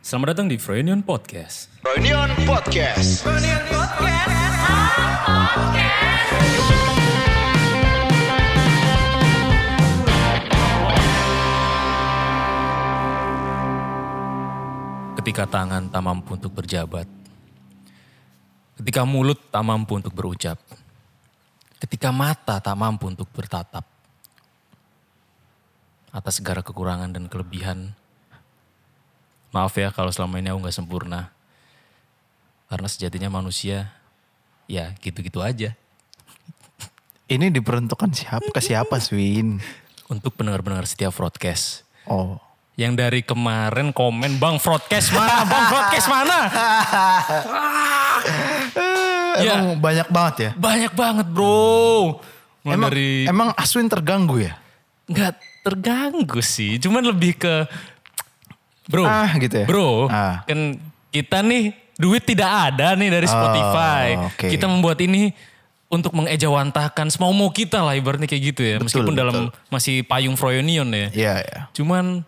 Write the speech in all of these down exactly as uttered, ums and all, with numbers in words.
Selamat datang di Froynion Podcast. Froynion Podcast. Froynion Podcast. Ketika tangan tak mampu untuk berjabat, ketika mulut tak mampu untuk berucap, ketika mata tak mampu untuk bertatap, atas segala kekurangan dan kelebihan, maaf ya kalau selama ini aku gak sempurna. Karena sejatinya manusia, ya gitu-gitu aja. Ini diperuntukkan siapa ke siapa, Swin? Untuk pendengar-pendengar setiap broadcast. Oh. Yang dari kemarin komen, Bang broadcast mana? Bang broadcast mana? Emang Ya. banyak banget ya? Banyak banget bro. Mulai Emang, dari... emang Aswin terganggu ya? Nggak terganggu sih. Cuman lebih ke... Bro, Ah, gitu ya? bro, Ah. kan kita nih duit tidak ada nih dari Spotify. Oh, oke. Kita membuat ini untuk mengejawantahkan semau-mau kita lah ibaratnya kayak gitu ya. Betul, Meskipun betul. dalam masih payung Froynion ya. Iya, iya. Cuman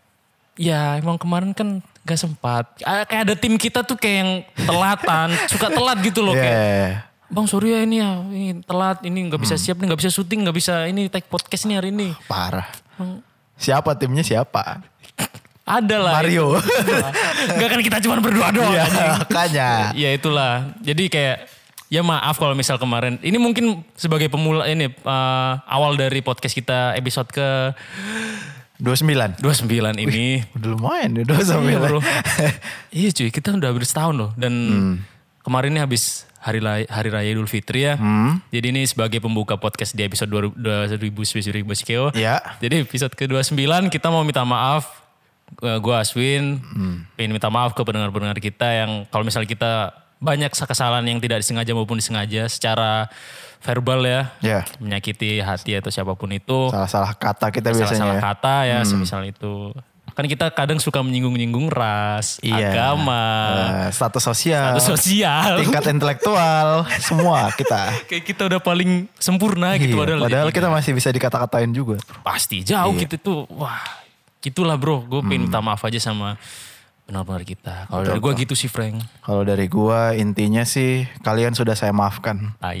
ya emang kemarin kan gak sempat. Ah, kayak ada tim kita tuh kayak yang telatan, suka telat gitu loh. Iya, Kayak, iya. Bang sorry ya ini ya, ini telat, ini gak bisa siap nih, gak bisa syuting, gak bisa ini take podcast nih hari ini. Parah. Siapa timnya siapa? Ada lah. Mario. Gak kan kita cuma berdua doang. Iya, anjing. makanya. Ya itulah. Jadi kayak ya maaf kalau misal kemarin. Ini mungkin sebagai pemula ini uh, awal dari podcast kita episode ke dua puluh sembilan. dua puluh sembilan ini. Udah lumayan ya, dua puluh sembilan. Iya bro. Iya cuy, kita udah hampir setahun loh. Dan Hmm. kemarin ini habis hari raya, hari raya Idul Fitri ya. Hmm. Jadi ini sebagai pembuka podcast di episode dua ribu Spesifikio. Ya. Jadi episode ke dua puluh sembilan kita mau minta maaf. Gue Aswin, Hmm. pengen minta maaf ke pendengar-pendengar kita yang kalau misalnya kita banyak kesalahan yang tidak disengaja maupun disengaja secara verbal ya. Ya. Menyakiti hati atau siapapun itu. Salah-salah kata kita biasanya Salah-salah ya. kata ya semisal itu. Kan kita kadang suka menyinggung-nyinggung ras, Iya. agama, Eh, status sosial. status sosial. Tingkat intelektual. Semua kita. Kayak kita udah paling sempurna gitu. Iya, Padahal, padahal ya, kita masih bisa dikata-katain juga. pasti jauh Iya. gitu tuh. Wah gitulah bro. Gue pengen minta maaf aja sama benar-benar kita. Kalau dari gue gitu sih Frank. Kalau dari gua intinya sih kalian sudah saya maafkan. Tai.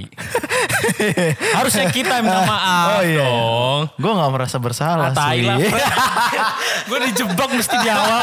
Harusnya kita minta maaf Oh, iya. dong. Gue gak merasa bersalah Ah, tai lah, sih. Frank. Gue dijebak mesti di awal.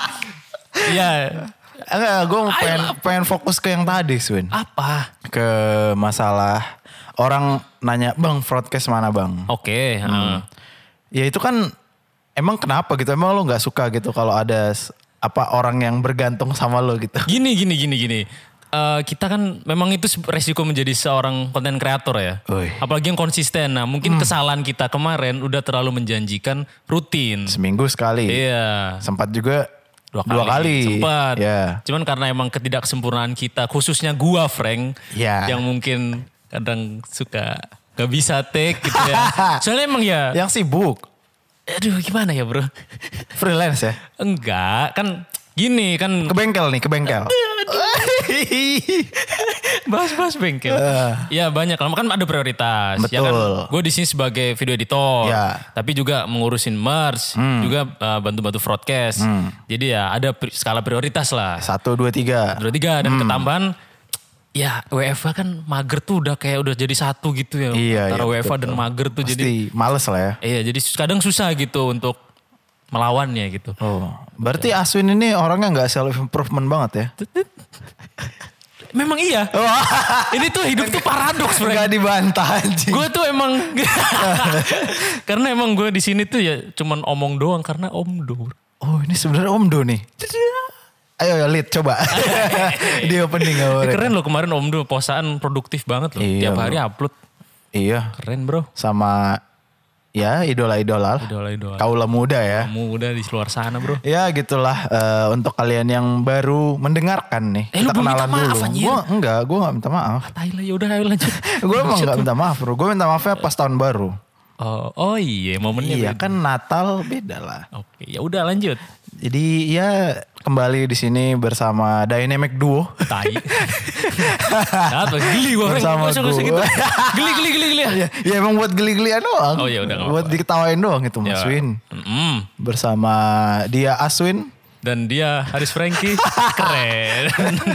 Iya. Enggak, gue pengen, pengen fokus ke yang tadi, Swin. Apa? Ke masalah orang nanya, Bang, broadcast mana Bang? Oke. ah. Ya itu kan emang kenapa gitu? Emang lo gak suka gitu kalau ada s- apa orang yang bergantung sama lo gitu? Gini, gini, gini, gini. Eh, kita kan memang itu resiko menjadi seorang konten kreator ya. Oi. Apalagi yang konsisten. Nah mungkin kesalahan kita kemarin udah terlalu menjanjikan rutin. Seminggu sekali. Iya. Sempat juga Dua dua kali. Sempat. Ya. Cuman karena emang ketidaksempurnaan kita, khususnya gua Frank. Ya. Yang mungkin kadang suka gak bisa take gitu ya. Soalnya emang ya, Yang sibuk. aduh gimana ya bro. Freelance ya? Enggak, kan gini kan. Ke bengkel nih, ke bengkel. Bahas-bahas bengkel. Ya banyak, kan ada prioritas. Ya kan, Betul. gue di sini sebagai video editor, Ya. tapi juga mengurusin merch, juga uh, bantu-bantu broadcast. Jadi ya ada pri- skala prioritas lah. Satu, dua, tiga. Dua tiga dan ketambahan, ya W F H kan mager tuh udah kayak udah jadi satu gitu ya. Iya, Antara iya, W F H dan betul. mager tuh Pasti jadi. males lah ya. Iya jadi kadang susah gitu untuk melawannya gitu. Oh, berarti Aswin ini orangnya nggak self improvement banget ya? Memang iya. Ini tuh hidup tuh paradoks Frank. Gak dibantah anjing. Gue tuh emang karena emang gue di sini tuh ya cuman omong doang karena omdo. Oh ini sebenarnya Om Do nih. Ayo ya Lid coba. Di opening gak boleh. Keren loh kemarin omdo posaan produktif banget loh. Iya, Tiap hari bro. upload. Iya. Keren bro. Sama ya idola-idola. lah. Idola-idola. Kaula muda ya. Kamu udah di luar sana bro. Ya gitulah eh, untuk kalian yang baru mendengarkan nih. Eh, lu kita belum minta kenalan maaf, dulu. anjir. Gue enggak, gue gak minta maaf. Thailand ya udah ayo lanjut. Gue emang gak minta maaf bro. Gue minta maafnya pas tahun baru. Oh, oh iya momennya Iya beda. kan Natal beda lah. Oke ya udah lanjut. Jadi ya kembali di sini bersama Dynamic Duo. Tai. Apa geli gue Bersama Frank. gue. Gitu. Geli geli geli geli. ya, ya emang buat geli-gelian doang. Oh, ya udah, nggak Buat apa-apa. diketawain doang itu Mas Ya. Win. Mm-mm. Bersama dia Aswin Dan dia Haris Franky. Keren.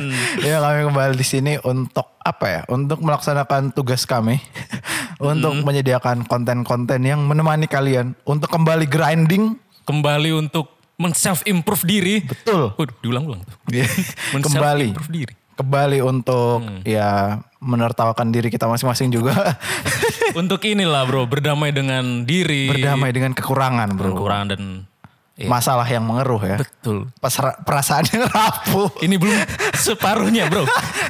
Ya kami kembali di sini untuk apa ya? Untuk melaksanakan tugas kami. Untuk Hmm. menyediakan konten-konten yang menemani kalian. Untuk kembali grinding. Kembali untuk men-self improve diri. Betul. Waduh, diulang-ulang tuh. Kembali. Men-self improve diri. Kembali untuk Hmm. ya menertawakan diri kita masing-masing juga. Untuk inilah bro, berdamai dengan diri. Berdamai dengan kekurangan bro. Kekurangan dan iya. Masalah yang mengeruh ya. Betul. Pasra- perasaan yang rapuh. Ini belum separuhnya bro.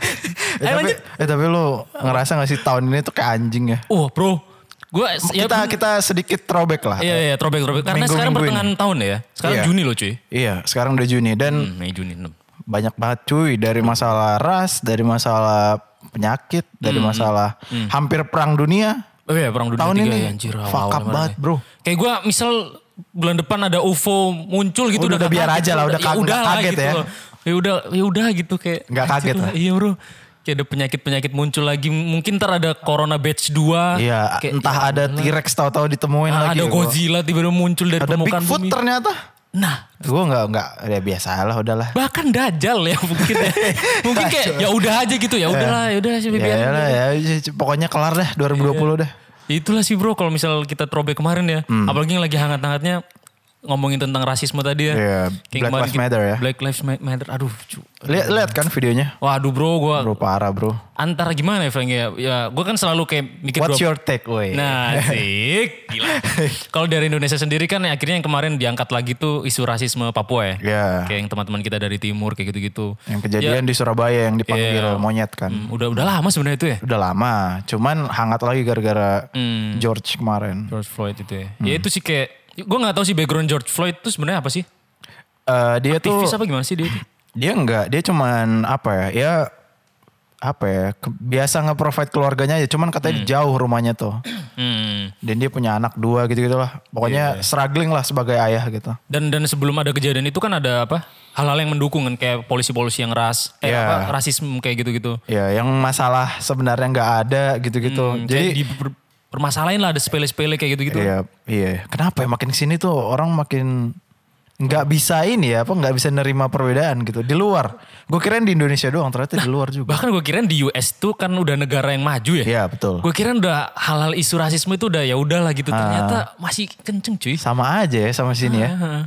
Eh, Ayo tapi, lanjut. eh, tapi lu ngerasa gak sih tahun ini tuh kayak anjing ya? Oh bro, gue ya, kita kita sedikit throwback lah. Iya iya throwback throwback. Karena Minggu-minggu sekarang ini. pertengahan tahun ya. Sekarang Iya. Juni loh cuy. Iya, sekarang udah Juni dan Hmm, Mei Juni enam. banyak banget cuy dari masalah ras, dari masalah penyakit, dari masalah hampir perang dunia. Oh iya perang dunia Tahun tiga ini ya anjir. fuck awal-awal up kemarin banget, ya. bro. Kayak gue misal bulan depan ada U F O muncul gitu Udah, udah gak biar kaget, aja lah, udah ya kag- udah nggak lah kaget gitu ya. loh. Ya udah ya udah gitu kayak Nggak anjir kaget lah. Iya bro. Kayak ada penyakit-penyakit muncul lagi. Mungkin ntar ada Corona Batch dua. Iya, Kayak, entah ya ada Allah. T-Rex tahu-tahu ditemuin Ah, lagi. ada gua. Godzilla tiba-tiba muncul dari Ada permukaan Bigfoot bumi. ternyata. Nah, Gue nggak nggak ya biasa lah, udahlah. bahkan Dajjal ya mungkin ya. Mungkin kayak ya udah aja gitu ya. Udahlah, ya udah sih Ya, biar. ya, ya, ya, pokoknya kelar deh dua ribu dua puluh Iya. deh. Itulah sih bro kalau misal kita throwback kemarin ya. Hmm. Apalagi yang lagi hangat-hangatnya ngomongin tentang rasisme tadi ya. Iya, Kayak Black kemarin Lives kita- Matter ya. Black Lives Ma- Matter. Aduh. cu- Lihat lihat kan videonya. Waduh bro gue Bro parah bro. antara gimana ya Frank ya. Ya gue kan selalu kayak mikir What's dua- your take, way? Nah asik. Gila. Kalau dari Indonesia sendiri kan akhirnya yang kemarin diangkat lagi tuh isu rasisme Papua ya. Ya, Kayak yang teman-teman kita dari timur kayak gitu-gitu. yang kejadian di Surabaya yang dipanggil Iya. monyet kan. Hmm, udah udah lama sebenarnya itu ya. Udah lama, cuman hangat lagi gara-gara Hmm. George kemarin. George Floyd itu ya. Hmm. Ya itu sih kayak gue nggak tahu sih background George Floyd itu sebenarnya apa sih? Eh, dia tuh Aktivis apa gimana sih dia itu? dia enggak, dia cuman apa ya? Ya apa ya? ke- Biasa nge-provide keluarganya aja, cuman katanya jauh rumahnya tuh. Hmm. Dan dia punya anak dua gitu-gitu lah. Pokoknya struggling lah sebagai ayah gitu. Dan dan sebelum ada kejadian itu kan ada apa? Hal-hal yang mendukung kan kayak polisi-polisi yang ras, eh Iya. apa rasisme kayak gitu-gitu. Ya, yang masalah sebenarnya nggak ada gitu-gitu. Hmm, Jadi kayak di per- permasalahin lah ada sepele-sepele kayak gitu-gitu. Iya, iya. Kenapa ya makin sini tuh orang makin nggak bisa ini ya, apa nggak bisa nerima perbedaan gitu di luar. Gue kirain di Indonesia doang, ternyata di luar juga. Bahkan gue kirain di U S tuh kan udah negara yang maju ya. Iya betul. Gue kirain udah hal-hal isu rasisme itu udah ya udahlah gitu. Ah. Ternyata masih kenceng cuy. Sama aja ya sama sini ya. Ah.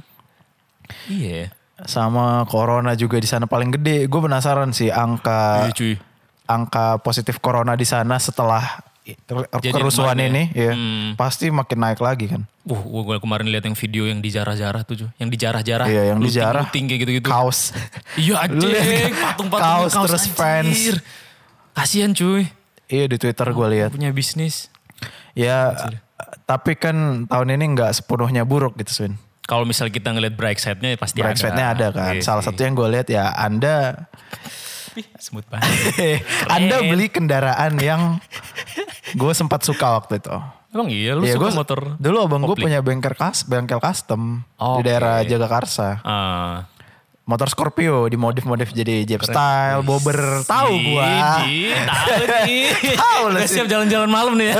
Iya. Sama corona juga di sana paling gede. Gue penasaran sih angka Iya cuy. angka positif corona di sana setelah ker- Jadi kerusuhan kemarin ini, ya. ya Hmm. pasti makin naik lagi kan. Wah, gue kemarin lihat yang video yang dijarah-jarah tuh, cuy. Yang dijarah-jarah. Iya, yang Looting- dijarah. looting kayak gitu-gitu. Kaos. Iya Lu lihat anjing, kan? patung-patung Kaos, terus fans. Kasian cuy. Iya di Twitter gue lihat. Punya bisnis. Ya tapi kan tahun ini nggak sepenuhnya buruk gitu Swin. Kalau misal kita ngeliat bright side-nya ya pasti Bright ada. side-nya ada kan. Iya Salah sih. satu yang gue lihat ya Anda Ih, smooth banget. Anda beli kendaraan yang gue sempat suka waktu itu. Emang iya lu Iya, suka gua- motor? Dulu abang gue kopling? punya bengkel kas, bengkel custom Oke. di daerah Jagakarsa. Ah. Motor Scorpio dimodif-modif jadi Jeep style, bobber. Tahu gue. Ih, tahu nih. Tahu lah Udah sih. siap jalan-jalan malam nih ya.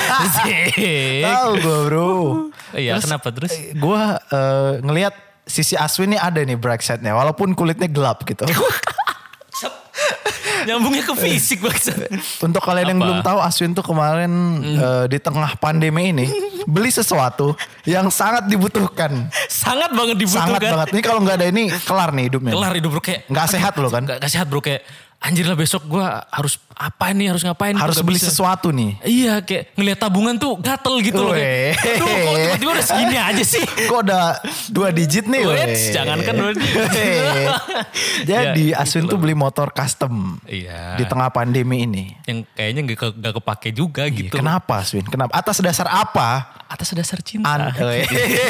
Asik. Tahu gue bro. Iya, kenapa terus? Gue eh, ngelihat sisi Aswin nih ada nih bright side-nya. Walaupun kulitnya gelap gitu. Nyambungnya ke fisik maksudnya. Untuk kalian yang Apa? belum tahu Aswin tuh kemarin eh, di tengah pandemi ini beli sesuatu yang sangat dibutuhkan. Sangat banget dibutuhkan. Sangat banget. Ini kalau nggak ada ini kelar nih hidupnya. Kelar hidup bro kayak. Nggak sehat loh kan. Gak, gak sehat bro kayak. Anjir lah besok gue harus apa nih harus ngapain. Harus Gak beli bisa. sesuatu nih. Iya kayak ngeliat tabungan tuh gatel gitu loh. Kayak, Weh. aduh kok tiba-tiba udah segini aja sih. Kok udah dua digit nih. Wets, weh. jangankan dua digit. Weh. Jadi Ya, Aswin gitu tuh loh. beli motor custom. Iya. Di tengah pandemi ini. Yang kayaknya gak, ke- gak kepake juga Iya, gitu. kenapa Aswin? Kenapa? Atas dasar apa? Atas dasar cinta. An- Weh.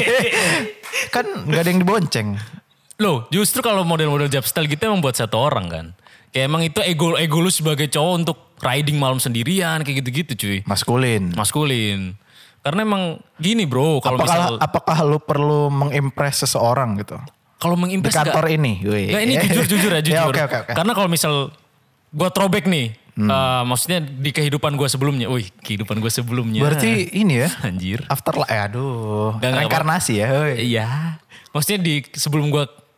Kan gak ada yang dibonceng. Loh justru kalau model-model Japstyle gitu emang buat satu orang kan. Kayak emang itu ego ego lu sebagai cowok untuk riding malam sendirian kayak gitu-gitu cuy. Maskulin. Maskulin. Karena emang gini bro kalau Apakah, misal apakah lu perlu mengimpress seseorang gitu? kalau Di mengimpress kantor gak, ini. Weh. Gak, ini jujur-jujur ya jujur. Ya, oke, oke, oke. Karena kalau misal gue throwback nih. Hmm. eh, maksudnya di kehidupan gue sebelumnya. Wih kehidupan gue sebelumnya. Berarti ini ya. Anjir. After eh, aduh. Nggak, nggak Reinkarnasi ya. weh. Iya. Maksudnya di sebelum gue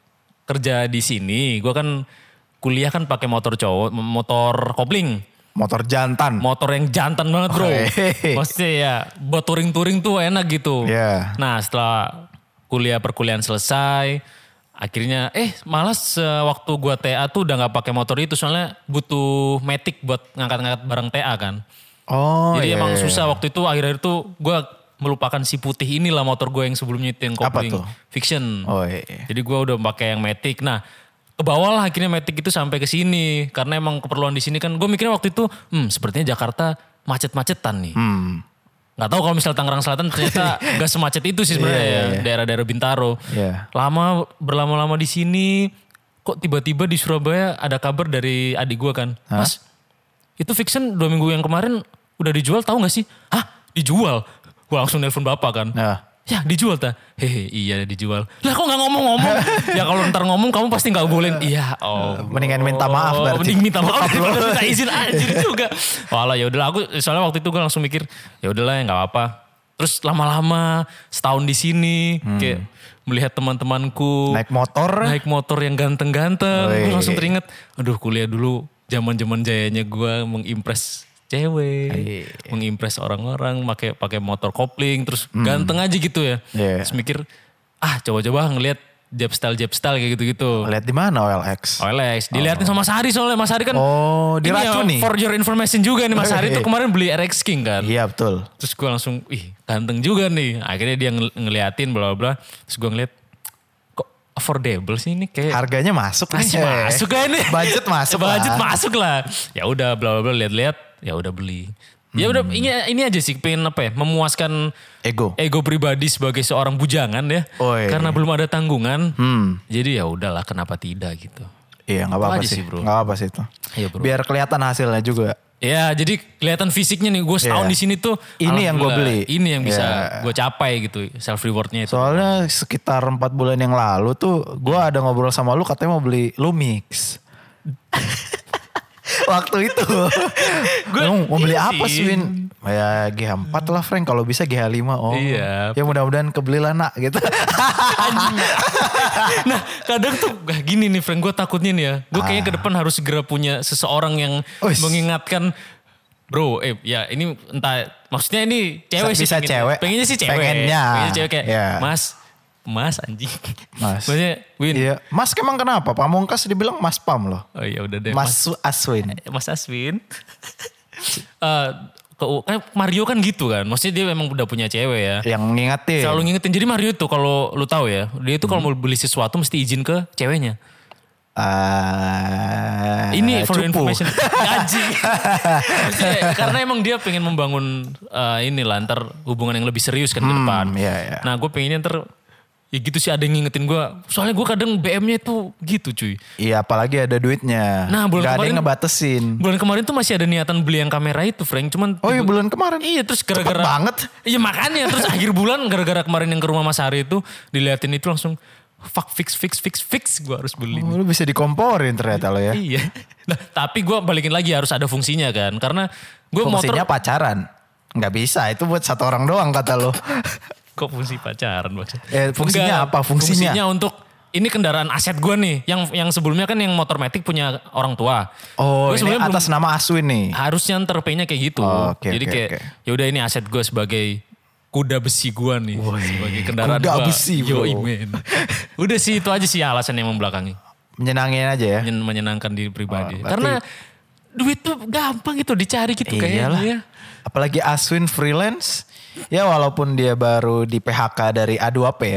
kerja di sini, gue kan kuliah kan pakai motor cowok, motor kopling. Motor jantan. Motor yang jantan banget bro. Oh, hehehe. Maksudnya ya buat touring-touring tuh enak gitu. Iya. Nah setelah kuliah perkuliahan selesai, akhirnya eh malas waktu gue T A tuh udah gak pakai motor itu. Soalnya butuh matic buat ngangkat-ngangkat barang T A kan. Oh Jadi iya. emang iya. susah waktu itu akhir-akhir tuh gue melupakan si putih inilah motor gue yang sebelumnya itu yang Apa kopling. tuh? Fiction. Oh iya. iya. Jadi gue udah pakai yang matic. Nah ke bawah lah akhirnya matic itu sampai ke sini. Karena emang keperluan di sini kan. Gue mikirnya waktu itu hmm sepertinya Jakarta macet-macetan nih. Hmm. Gak tahu kalau misalnya Tangerang Selatan ternyata gak semacet itu sih sebenarnya Iya, iya, ya. iya. Daerah-daerah Bintaro. Iya. Lama berlama-lama di sini. Kok tiba-tiba di Surabaya ada kabar dari adik gue kan. Mas itu Fiction dua minggu yang kemarin udah dijual tahu gak sih? Hah dijual? Gue langsung nelpon bapak kan. Nah. Ya dijual ta? Hehe iya dijual. Lah kok gak ngomong-ngomong? Ya kalau ntar ngomong kamu pasti gak bolehin. Iya oh. Mendingan minta maaf berarti. Mending minta maaf daripada minta izin anjir juga. Walah ya udahlah aku soalnya waktu itu gue langsung mikir ya udahlah ya gak apa-apa. Terus lama-lama setahun di sini hmm. kayak melihat teman-temanku Naik motor. naik motor yang ganteng-ganteng. Wih. Gue langsung teringat aduh kuliah dulu zaman-zaman jayanya gue mengimpress cewek, Iya. mengimpress orang-orang, pakai pakai motor kopling, terus ganteng aja gitu ya. Iya. Terus mikir, ah coba-coba ngeliat jab style jab style kayak gitu-gitu. Lihat di mana O L X? O L X, dilihatin sama Mas Hari soalnya Mas Hari kan. Oh, ini ya, diracuni. for your information juga nih Mas Oh, Hari iya. tuh kemarin beli R X King kan. Iya betul. Terus gue langsung, ih ganteng juga nih. Akhirnya dia ng- ngeliatin bla bla bla. Terus gue ngeliat, kok affordable sih ini kayak. Harganya masuk nih. Masih masuk kan ini. Budget masuk Budget lah. masuk lah. Ya udah bla bla bla lihat-lihat, ya udah beli. Ya udah ini ini aja sih pengen apa ya? Memuaskan Ego. ego pribadi sebagai seorang bujangan ya. Oh, iya. Karena belum ada tanggungan. Hmm. Jadi ya udahlah kenapa tidak gitu. Iya nggak apa-apa Itu aja sih. sih, bro. Nggak apa-apa sih itu. Iya, bro. Biar kelihatan hasilnya juga. Ya jadi kelihatan fisiknya nih gue setahun Iya. di sini tuh. Ini yang gua alhamdulillah, beli. Ini yang bisa Iya. gue capai gitu self rewardnya itu. Soalnya sekitar empat bulan yang lalu tuh gue ada ngobrol sama lu katanya mau beli Lumix. Waktu itu. Gua- Emang mau beli iya apa sih. Swin? Ya G H empat lah Frank. Kalau bisa G H lima. Oh. Iya. Ya mudah-mudahan kebelilah nak gitu. Nah kadang tuh gak gini nih Frank, gue takutnya nih ya. Gue kayaknya Ah. ke depan harus segera punya seseorang yang Uish. mengingatkan. Bro eh ya ini entah maksudnya ini cewek sih. Bisa pengennya. cewek. Pengennya sih cewek. Pengennya. Pengennya cewek kayak Iya. mas. Mas anjing. Mas. Maksudnya Win. Iya. Mas emang kenapa? Pamungkas dibilang Mas Pam loh. Oh iya udah deh. Mas Su- Aswin. Mas Aswin. Eh, ke, kan Mario kan gitu kan. Maksudnya dia memang udah punya cewek ya. Yang ngingetin. Selalu ngingetin. Jadi Mario tuh kalau lu tahu ya. Dia itu kalau Hmm. mau beli sesuatu mesti izin ke ceweknya. Ah, Ini for your cupu. information. Gaji. Maksudnya, karena emang dia pengen membangun uh, inilah ntar hubungan yang lebih serius kan ke Hmm, depan. iya, iya. Nah gue pengennya ntar ya gitu sih ada yang ngingetin gue. Soalnya gue kadang B M-nya itu gitu cuy. Iya apalagi ada duitnya. Nah, bulan Gak ada yang kemarin- ngebatesin. Bulan kemarin tuh masih ada niatan beli yang kamera itu Frank. Cuman Oh iya tiba- bulan kemarin. Iya terus Cepet gara-gara. banget. Iya makanya terus akhir bulan gara-gara kemarin yang ke rumah Mas Hari itu diliatin itu langsung fuck fix fix fix fix gue harus beli. Oh, lu bisa dikomporin ternyata lo ya. Iya. Nah tapi gue balikin lagi harus ada fungsinya kan. Karena gue motor. Fungsinya pacaran. Nggak bisa itu buat satu orang doang kata lo. Kok fungsi pacaran maksudnya? Eh, fungsinya apa? Fungsinya? Fungsinya untuk ini kendaraan aset gue nih. Yang yang sebelumnya kan yang motor matic punya orang tua. Oh Gua ini sebelumnya belum- atas nama Aswin nih. Harusnya ntar P-nya kayak gitu. Oh, oke, Jadi oke, kayak oke. ya udah ini aset gue sebagai kuda besi gue nih. Sebagai kendaraan kuda gua. besi, bro. Yoi, men. Udah sih itu aja sih alasan yang membelakangi. Menyenangin aja ya. Menyen- Menyenangkan diri pribadi. Oh, berarti- Karena duit tuh gampang gitu dicari gitu Iyalah. kayaknya. Apalagi Aswin freelance. Ya walaupun dia baru di P H K dari A dua P ya.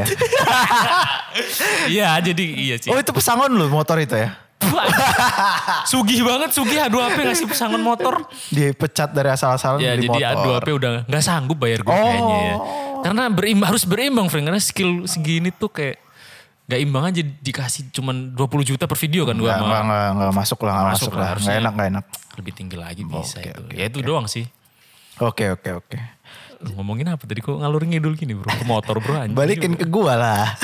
Iya jadi iya sih. Oh itu pesangon lu motor itu ya? Sugih banget Sugih A dua P ngasih pesangon motor. Dipecat dari asal-asalan Ya beli jadi A dua motor. P udah gak sanggup bayar gue Oh. kayaknya ya. Karena berimbang, harus berimbang Frank. Karena skill segini tuh kayak gak imbang aja dikasih cuman dua puluh juta per video kan gue Nggak, sama. nggak, nggak, nggak masuk lah, nggak Masuk masuk lah, lah. harusnya. Nggak enak, nggak enak. Lebih tinggi lagi bisa Oke, itu. oke, Ya itu doang sih. Oke, oke, oke. Ngomongin apa tadi kok ngalur ngidul gini bro. Ke motor bro anjing. Balikin ke gua lah.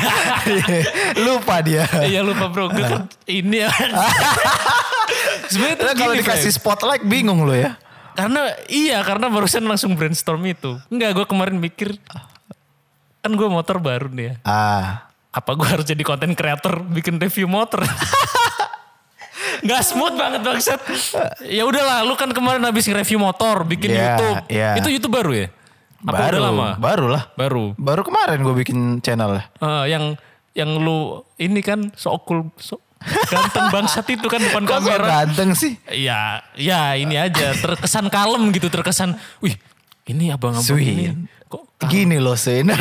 Lupa dia. Iya lupa bro. Gue kan ini ya. Sebenarnya tuh Nah, kalau gini, dikasih Frank. spotlight bingung lo ya. Karena iya karena barusan langsung brainstorm itu. Enggak gue kemarin mikir. Kan gue motor baru nih ya. Ah, apa gue harus jadi content creator bikin review motor? Nggak smooth banget bangsat. Ya udahlah, lu kan kemarin habis nge-review motor, bikin Yeah, YouTube. yeah. Itu YouTube baru ya? Apa baru, udah lama? Baru lah. Baru. Baru kemarin gue bikin channel ya. Eh, yang yang lu ini kan sok cool, sok ganteng bangsat itu kan depan Kok so kamera. ganteng sih? Ya, ya ini aja terkesan kalem gitu, terkesan. Wih, ini abang-abang Sweet. ini kok Gini loh Sin.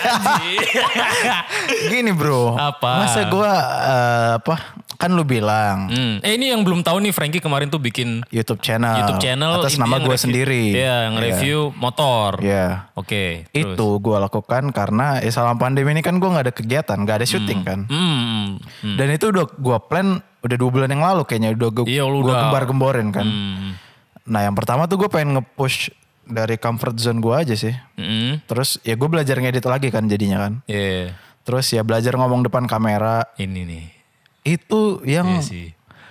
Gini bro. Apa? Masa gue uh, apa? Kan lu bilang Hmm. Eh ini yang belum tahu nih, Frankie kemarin tuh bikin YouTube channel. YouTube channel atas ini nama yang gue review- sendiri. Iya, yang review motor. Iya. Oke. terus. Itu gue lakukan karena ya selama pandemi ini kan gue nggak ada kegiatan, nggak ada syuting kan. Hmm. hmm. Dan itu udah gue plan udah dua bulan yang lalu kayaknya udah gue Iya, lu udah. gembar-gemborin kan. Hmm. Nah yang pertama tuh gue pengen nge-push dari comfort zone gue aja sih. Hmm. Terus ya gue belajar ngedit lagi kan jadinya kan. Iya. Terus ya belajar ngomong depan kamera. Ini nih. Itu yang Iya sih.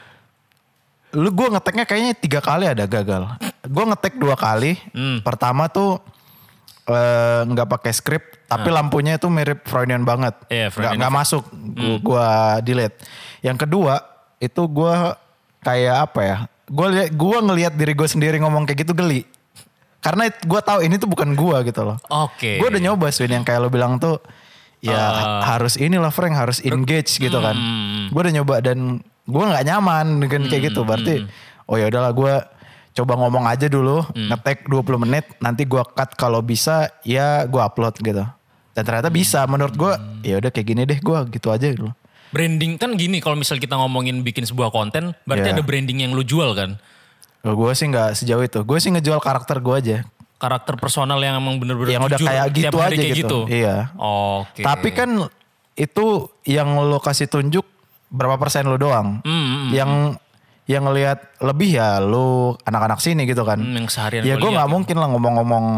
lu gue ngeteknya kayaknya tiga kali ada gagal. Gue ngetek dua kali. Hmm. Pertama tuh eh, nggak pakai skrip, tapi lampunya itu mirip Freudian banget. Iya, Nggak Freudian nggak masuk. Gue gua delete. Yang kedua itu gue kayak apa ya? Gue liat gue ngelihat diri gue sendiri ngomong kayak gitu geli. Karena gue tahu ini tuh bukan gue gitu loh. Oke. Gue udah nyoba Swin yang kayak lo bilang tuh ya Uh, harus inilah Frank harus engage gitu kan. Hmm. Gue udah nyoba dan gue nggak nyaman dengan kayak gitu. Berarti oh ya udahlah gue coba ngomong aja dulu, ngetek dua puluh menit, nanti gue cut kalau bisa ya gue upload gitu. Dan ternyata bisa menurut gue ya udah kayak gini deh gue gitu aja gitu. Branding kan gini, kalau misal kita ngomongin bikin sebuah konten, berarti Iya. ada branding yang lu jual kan? Kalau gue sih nggak sejauh itu. Gue sih ngejual karakter gue aja. Karakter personal yang emang bener-bener Yang udah jujur, kayak tiap gitu hari aja kayak gitu. Iya. Oke. Tapi kan itu yang lo kasih tunjuk berapa persen lo doang. Hmm, hmm, hmm. Yang yang ngelihat lebih ya lo anak-anak sini gitu kan. Hmm, yang seharian Ya lo gue lihat nggak ya. mungkin lah ngomong-ngomong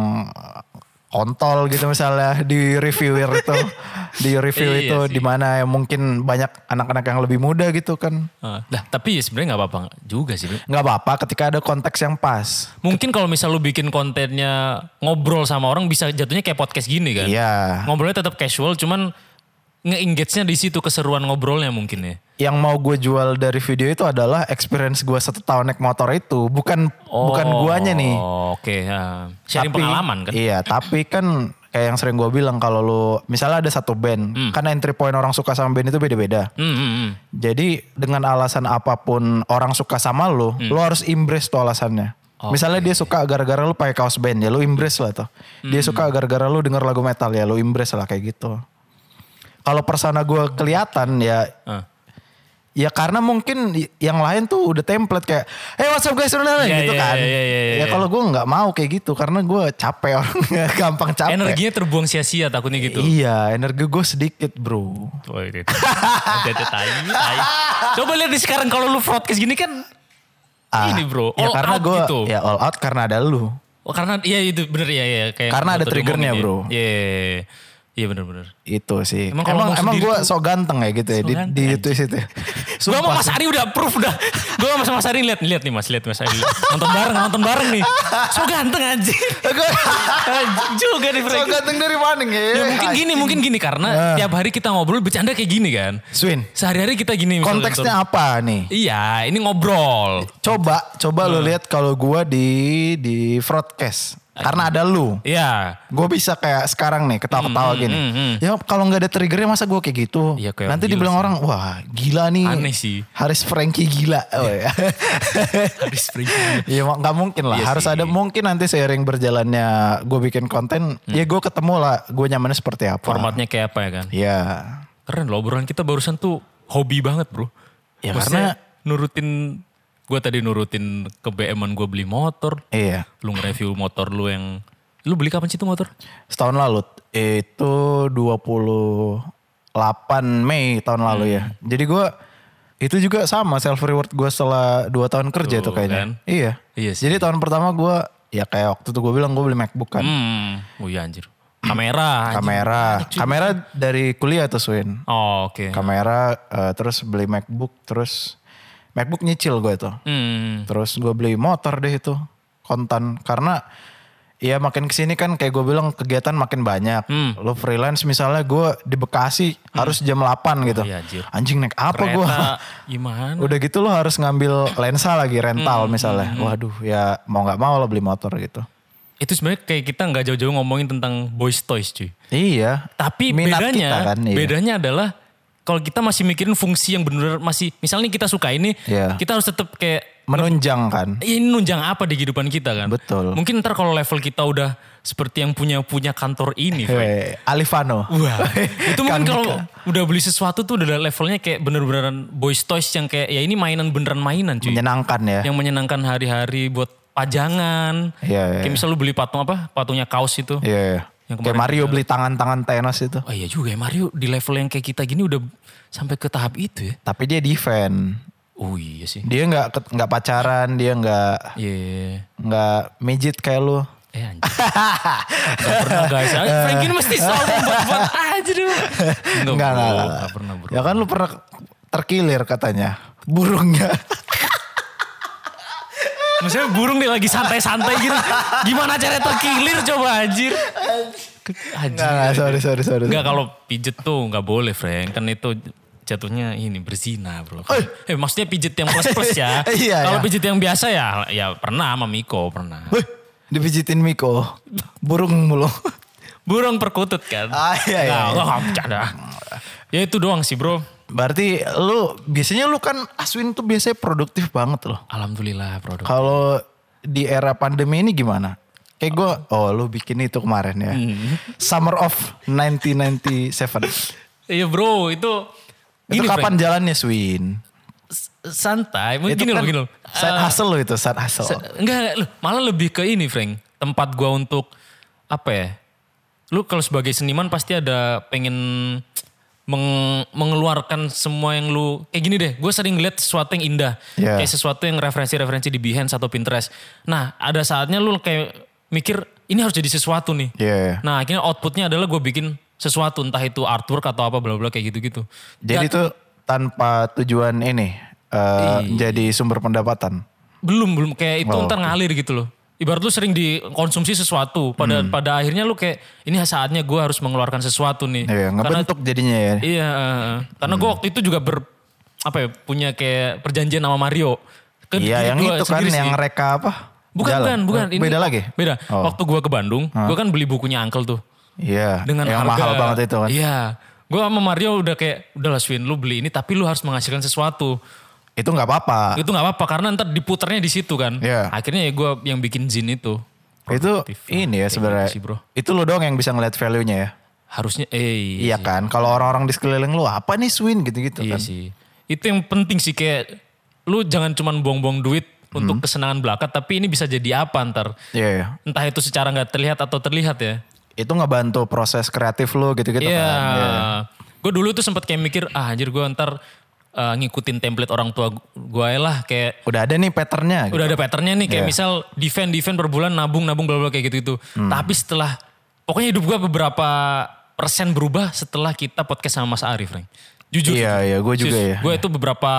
kontol gitu misalnya di reviewer itu, di review Iya itu sih. di mana yang mungkin banyak anak-anak yang lebih muda gitu kan. Ah, Nah, tapi ya sebenarnya nggak apa-apa juga sih. Bro. Nggak apa-apa ketika ada konteks yang pas. Mungkin kalau misal lu bikin kontennya ngobrol sama orang bisa jatuhnya kayak podcast gini kan? Iya. Ngobrolnya tetap casual, cuman nge-engage-nya di situ, keseruan ngobrolnya mungkin ya. Yang mau gue jual dari video itu adalah experience gue satu tahun naik motor itu, bukan bukan guanya nih. Oh, Oke, ya. Sharing Tapi- pengalaman kan? Iya, tapi kan kayak yang sering gue bilang kalau lu misalnya ada satu band, kan entry point orang suka sama band itu beda-beda. Hmm, hmm, hmm. Jadi dengan alasan apapun orang suka sama lu, lu harus embrace tuh alasannya. Misalnya dia suka gara-gara lu pakai kaos band, ya lu embrace lah tuh. Dia suka gara-gara lu denger lagu metal, ya lu embrace lah kayak gitu. Kalau persona gue kelihatan ya, Ah. ya karena mungkin yang lain tuh udah template kayak, hey what's up guys, Iya, gitu iya, kan. iya, iya, iya, Ya iya. kalau gue nggak mau kayak gitu karena gue capek orang gampang capek. Energinya terbuang sia-sia takutnya gitu. Iya, energi gue sedikit bro. Oh, itu. Ada tai, tai. Coba lihat di sekarang kalau lu broadcast gini kan Ah, ini bro, ya all karena out gue, gitu. ya all out karena ada lu. Oh, karena iya itu bener ya ya kayak Karena yang ada tadi triggernya, ngomongin ya. bro. Iya. Iya, iya. Iya bener-bener. Itu sih. Emang Emang kalau emang, ngomong gue sendiri sok ganteng ya gitu ya Sok di, ganteng, di anjing. itu situ. Gue sama Mas Ari udah proof udah. Gue sama Mas Ari lihat lihat nih Mas, lihat Mas Ari. Nonton bareng, nonton bareng nih. So ganteng anjing. Anjing juga nih Sok Frank. ganteng dari mana ya? Ya mungkin gini, mungkin gini karena Ah. tiap hari kita ngobrol bercanda kayak gini kan. Swin, Sehari-hari kita gini. misalnya konteksnya nonton. apa nih? Iya, ini ngobrol. Coba, coba lo lihat kalau gue di di broadcast. Karena ada lu. Iya. Gue bisa kayak sekarang nih ketawa-ketawa Hmm, gini. hmm, hmm. Ya kalau nggak ada triggernya masa gue kayak gitu. Iya, kayak Nanti gila dibilang sih. orang, wah gila nih. Aneh sih. Haris Frankie gila. Oh, ya. Habis Frankie. Ya nggak mungkin lah. Iya Harus sih. ada mungkin nanti seiring berjalannya gue bikin konten. Ya gue ketemu lah. Gue nyamannya seperti apa. Formatnya kayak apa ya kan? Ya. Keren loh obrolan kita barusan tuh hobi banget bro. Ya, Maksudnya nurutin, gue tadi nurutin ke B M-an gue beli motor. Iya. Lu nge-review motor lu yang, lu beli kapan sih itu motor? Setahun lalu. Itu dua puluh delapan Mei tahun lalu ya. Jadi gue itu juga sama self reward gue setelah dua tahun kerja Tuh, tuh kayaknya. kan? Iya. Iya sih. Jadi tahun pertama gue ya kayak waktu itu gue bilang gue beli MacBook kan. Hmm, oh iya anjir. Kamera. anjir. Kamera. Kamera dari kuliah tuh Swin. Oh oke. Kamera eh, terus beli MacBook terus MacBook nyicil gue tuh. Hmm. Terus gue beli motor deh itu kontan karena ya makin kesini kan kayak gue bilang kegiatan makin banyak. Hmm. Lo freelance misalnya gue di Bekasi hmm. harus jam delapan gitu. Oh, iya, anjing naik apa gue? Gimana? Udah gitu lo harus ngambil lensa lagi rental hmm. misalnya. Hmm. Waduh ya mau gak mau lo beli motor gitu. Itu sebenarnya kayak kita gak jauh-jauh ngomongin tentang boys toys cuy. Iya. Tapi minat bedanya, kita kan, iya. bedanya adalah kalau kita masih mikirin fungsi yang benar-benar masih, misalnya kita suka ini, yeah. kita harus tetap kayak menunjang kan. Ini nunjang apa di kehidupan kita kan. Betul. Mungkin ntar kalau level kita udah seperti yang punya punya kantor ini. Hey, Alifano. Wah. Itu mungkin kalau udah beli sesuatu tuh udah levelnya kayak bener-beneran boys toys yang kayak ya ini mainan beneran mainan cuy. Menyenangkan ya. Yang menyenangkan hari-hari buat pajangan. Iya. Yeah, kayak misal lu beli patung apa? Patungnya kaos itu. Iya. Yeah. Kayak Mario kita... beli tangan-tangan Thanos itu. Oh iya juga ya Mario di level yang kayak kita gini udah sampai ke tahap itu ya. Tapi dia defend. Oh iya sih. Dia nggak nggak pacaran, dia nggak yeah. nggak mijit kayak lu. Eh anjir. Gak pernah guys. Frankie mesti selalu buat-buat aja dulu. Enggak, enggak, enggak pernah bro. Ya kan lu pernah terkilir katanya. Burungnya. Maksudnya burung nih lagi santai-santai gitu. Gimana caranya terkilir coba anjir. Anjir. Enggak, sorry, sorry, sorry. Enggak kalau pijet tuh gak boleh Frank. Kan itu jatuhnya ini berzina bro. Eh, eh maksudnya pijet yang plus-plus ya. Iya, kalau iya. pijet yang biasa ya ya pernah sama Miko pernah. Eh, dipijitin Miko. Burung mulu. Burung perkutut kan. Ah iya iya. Nah, gak bercanda. Ya itu doang sih bro. Berarti lu biasanya lu kan Aswin tuh biasanya produktif banget loh. Alhamdulillah produktif. Kalau di era pandemi ini gimana? Kayak gue, oh lu bikin itu kemarin ya. Hmm. Summer of nineteen ninety-seven. Iya bro itu. Itu gini, kapan Frank. jalannya Swin? Santai. Itu Gini kan loh, gini loh. Side hustle loh itu, side hustle. Se- enggak, malah lebih ke ini Frank. Tempat gue untuk apa ya. Lu kalau sebagai seniman pasti ada pengen meng- mengeluarkan semua yang lu. Kayak gini deh, gue sering ngeliat sesuatu yang indah. Yeah. Kayak sesuatu yang referensi-referensi di Behance atau Pinterest. Nah ada saatnya lu kayak mikir ini harus jadi sesuatu nih. Yeah. Nah akhirnya outputnya adalah gue bikin sesuatu entah itu artwork atau apa bla bla kayak gitu-gitu. Jadi itu tanpa tujuan ini uh, jadi sumber pendapatan. Belum belum kayak itu oh, ntar okay. ngalir gitu loh. Ibarat lu sering dikonsumsi sesuatu pada hmm. pada akhirnya lu kayak ini saatnya gue harus mengeluarkan sesuatu nih. Iya, ngebentuk karena, jadinya ya. Iya, uh, karena hmm. gue waktu itu juga ber apa ya punya kayak perjanjian sama Mario. Ke, iya yang itu kan sih. Yang reka apa? Bukan bukan bukan. Ini beda lagi? Beda. Oh. Waktu gue ke Bandung, hmm. gue kan beli bukunya Uncle tuh. Iya. Dengan yang harga, mahal banget itu kan. Iya. Gue sama Mario udah kayak, udah lah Swin lu beli ini tapi lu harus menghasilkan sesuatu. Itu gak apa-apa. Itu gak apa-apa karena ntar diputernya di situ kan. Iya. Akhirnya ya gue yang bikin zin itu. Itu ini ya sebenarnya. Gitu itu lu doang yang bisa ngeliat value-nya ya. Harusnya eh. Iya, iya kan. Kalau orang-orang di sekeliling lu apa nih Swin gitu-gitu iya kan. Iya sih. Itu yang penting sih kayak lu jangan cuman buang-buang duit untuk hmm. kesenangan belaka tapi ini bisa jadi apa ntar. Iya, iya. Entah itu secara gak terlihat atau terlihat ya. Itu ngebantu proses kreatif lo gitu-gitu yeah. kan. Iya. Yeah. Gue dulu tuh sempat kayak mikir, ah anjir gue ntar uh, ngikutin template orang tua gue lah kayak. Udah ada nih patternnya. Udah gitu. ada patternnya nih kayak yeah. misal defend defend per bulan nabung nabung bla bla kayak gitu-gitu. Hmm. Tapi setelah, pokoknya hidup gue beberapa persen berubah setelah kita podcast sama Mas Arif, Frank. Jujur. Iya iya gue juga ya. Gue itu beberapa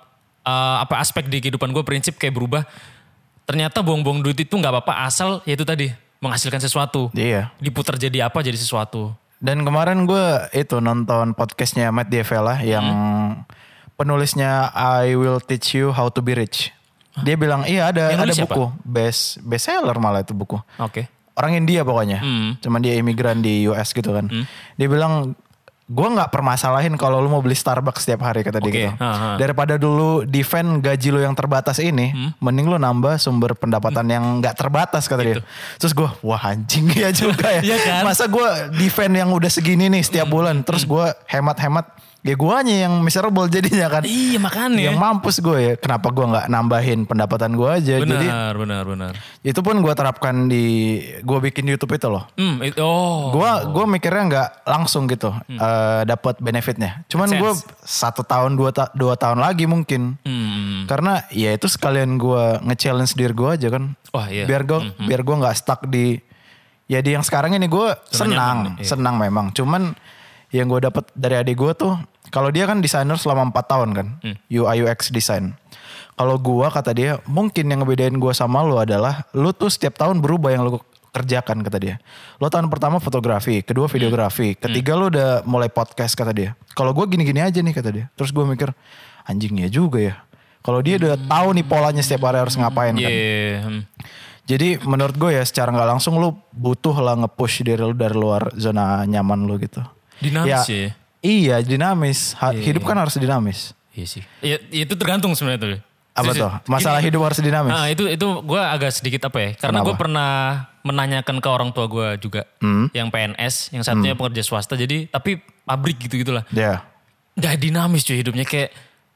uh, apa aspek di kehidupan gue prinsip kayak berubah. Ternyata buang-buang duit itu nggak apa-apa asal ya itu tadi. Menghasilkan sesuatu. Iya. Diputar jadi apa jadi sesuatu. Dan kemarin gue itu nonton podcastnya Matt D'Avella yang hmm. penulisnya I Will Teach You How to Be Rich. Hah? Dia bilang iya ada yang ada buku. Best, best seller malah itu buku. Oke. Okay. Orang India pokoknya. Hmm. Cuman dia imigran di U S gitu kan. Hmm. Dia bilang gue gak permasalahin kalau lu mau beli Starbucks setiap hari kata dia okay. gitu. Ha, ha. Daripada dulu defend gaji lu yang terbatas ini, hmm? mending lu nambah sumber pendapatan hmm. yang gak terbatas kata gitu. dia. Terus gue, wah anjing ya juga ya. Ya kan? Masa gue defend yang udah segini nih setiap hmm. bulan, terus gue hemat-hemat. Ya guanya yang miserable jadinya kan. Iya makanya. Yang mampus gue ya. Kenapa gue gak nambahin pendapatan gue aja. Benar, Jadi, benar, benar. Itu pun gue terapkan di, gue bikin YouTube itu loh. Hmm, it, oh. Gue gue mikirnya gak langsung gitu hmm. uh, dapat benefitnya. Cuman gue satu tahun dua, ta- dua tahun lagi mungkin. Hmm. Karena ya itu sekalian gue nge-challenge diri gue aja kan. Oh, iya. Biar gue hmm. biar gue gak stuck di, ya di yang sekarang ini gue senang. Iya. Senang memang. Cuman yang gue dapat dari adik gue tuh, kalau dia kan desainer selama empat tahun kan, hmm. U I U X design. Kalau gue kata dia, mungkin yang ngebedain gue sama lu adalah, lu tuh setiap tahun berubah yang lu kerjakan kata dia. Lo tahun pertama fotografi, kedua videografi, ketiga lo udah mulai podcast kata dia. Kalau gue gini-gini aja nih kata dia. Terus gue mikir anjing ya juga ya. Kalau dia udah tahu nih polanya setiap hari harus ngapain kan. Yeah. Jadi menurut gue ya secara nggak langsung lo butuh lah nge-push diri lo dari luar zona nyaman lo gitu. Dinamis ya? ya iya dinamis. Ha- Yeah. Hidup kan harus dinamis. Iya sih. Ya, itu tergantung sebenarnya tuh. Apa Serius, tuh? Masalah gini, hidup harus dinamis. Nah itu itu gue agak sedikit apa ya? Karena gue pernah menanyakan ke orang tua gue juga, Hmm. yang P N S, yang satunya hmm. pekerja swasta. Jadi tapi pabrik gitu gitulah. Ya. Gak dinamis cuy hidupnya, kayak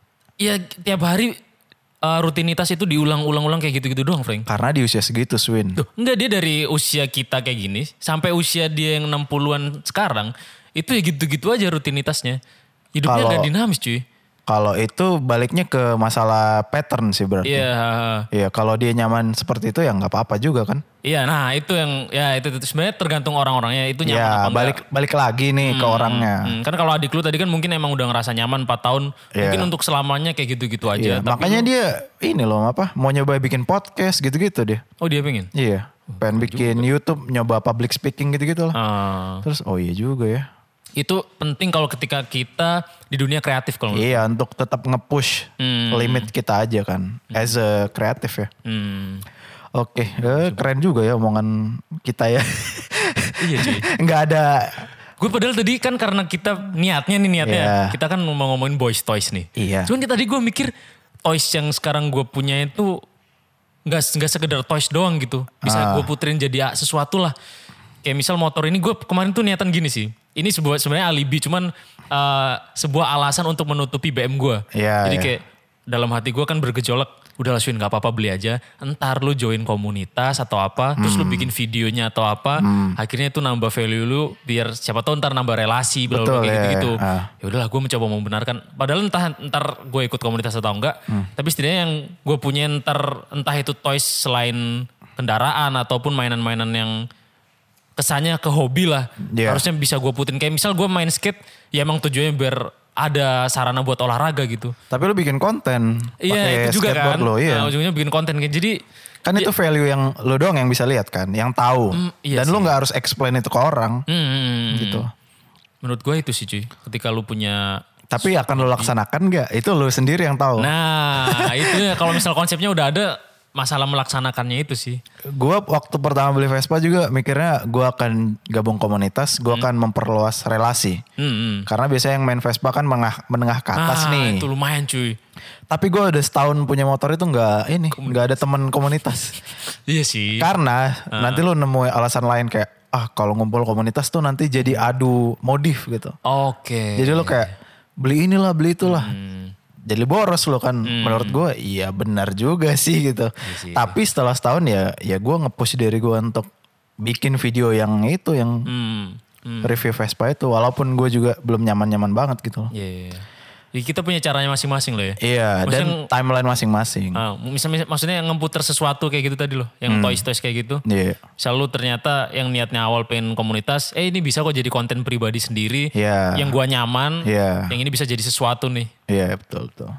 ya tiap hari uh, rutinitas itu diulang-ulang-ulang kayak gitu-gitu doang, Frank. Karena di usia segitu, Swin. Tuh, enggak, dia dari usia kita kayak gini sampai usia dia yang enam puluhan sekarang itu ya gitu-gitu aja rutinitasnya. Hidupnya Kalau- gak dinamis cuy. Kalau itu baliknya ke masalah pattern sih berarti. Iya. Iya, kalau dia nyaman seperti itu ya nggak apa-apa juga kan. Iya, nah itu yang ya itu, itu sebenarnya tergantung orang-orangnya, itu nyaman Ya, apa enggak. balik balik lagi nih ke orangnya. Hmm, kan kalau adik lu tadi kan mungkin emang udah ngerasa nyaman empat tahun, Iya. mungkin untuk selamanya kayak gitu-gitu Iya, aja. Tapi makanya lu- dia ini loh apa mau nyoba bikin podcast gitu-gitu dia. oh dia pengen. Iya, pengen bikin YouTube, nyoba public speaking gitu-gitu lah. Ah, Terus oh iya juga ya. itu penting kalau ketika kita di dunia kreatif kalau menurut. Iya, untuk tetap nge-push Hmm. limit kita aja kan. As a kreatif ya. Hmm. Oke, eh, keren juga ya omongan kita ya. Iya cuy. Nggak ada. Gue padahal tadi kan karena kita niatnya nih niatnya, Iya. kita kan mau ngomongin boys toys nih. Iya. Cuman tadi gue mikir toys yang sekarang gue punya itu nggak nggak sekedar toys doang gitu, bisa Ah. gue puterin jadi sesuatu lah. Kayak misal motor ini, gue kemarin tuh niatan gini sih. Ini sebuah sebenarnya alibi, cuman uh, sebuah alasan untuk menutupi B M gue. Iya, Jadi iya. kayak dalam hati gue kan bergejolak, udah lah Swin gak apa-apa beli aja. Entar lu join komunitas atau apa, terus lu Hmm. bikin videonya atau apa. Akhirnya itu nambah value lu, biar siapa tahu ntar nambah relasi, bla bla Betul, kayak iya, gitu-gitu. iya. Ah. Ya udahlah gue mencoba membenarkan. Padahal entah ntar gue ikut komunitas atau enggak. Hmm. Tapi setidaknya yang gue punya ntar entah itu toys selain kendaraan ataupun mainan-mainan yang kesannya ke hobi lah. Iya. Harusnya bisa gue putin. Kayak misal gue main skate, ya emang tujuannya biar ada sarana buat olahraga gitu. Tapi lu bikin konten. Iya pakai itu juga skateboard kan. Lo, iya. Nah, ujungnya bikin konten kayak jadi. Kan itu value yang lu doang yang bisa lihat kan, yang tahu. iya Dan lu sih. nggak harus explain itu ke orang, Hmm, hmm, hmm. gitu. Menurut gue itu sih cuy. Ketika lu punya. Tapi akan lu laksanakan nggak? Itu lu sendiri yang tahu. Nah itu ya kalau misal konsepnya udah ada. Masalah melaksanakannya itu sih. Gue waktu pertama beli Vespa juga mikirnya gue akan gabung komunitas, gue akan memperluas relasi. Hmm, hmm. Karena biasanya yang main Vespa kan menengah, menengah ke atas Ah, nih. itu lumayan cuy. Tapi gue udah setahun punya motor itu nggak ini, nggak ada teman komunitas. Iya sih. Karena nanti lu nemu alasan lain kayak ah kalau ngumpul komunitas tuh nanti jadi adu modif gitu. Oke. Jadi lu kayak beli inilah beli itulah. Hmm. Jadi boros lo kan. Menurut gue iya benar juga sih gitu. sih. Tapi setelah setahun ya ya gue nge-push diri gue untuk bikin video yang itu yang Hmm. Hmm. review Vespa itu. Walaupun gue juga belum nyaman-nyaman banget gitu loh. Iya. iya, iya. Ya, kita punya caranya masing-masing loh ya. Iya dan Maksudnya- timeline masing-masing. Ah, misalnya maksudnya yang ngeputer sesuatu kayak gitu tadi loh, yang toys-toys kayak gitu. Iya. Misal lu ternyata yang niatnya awal pengen komunitas, eh ini bisa kok jadi konten pribadi sendiri. Iya. Yang gua nyaman, Iya. yang ini bisa jadi sesuatu nih. Iya betul betul.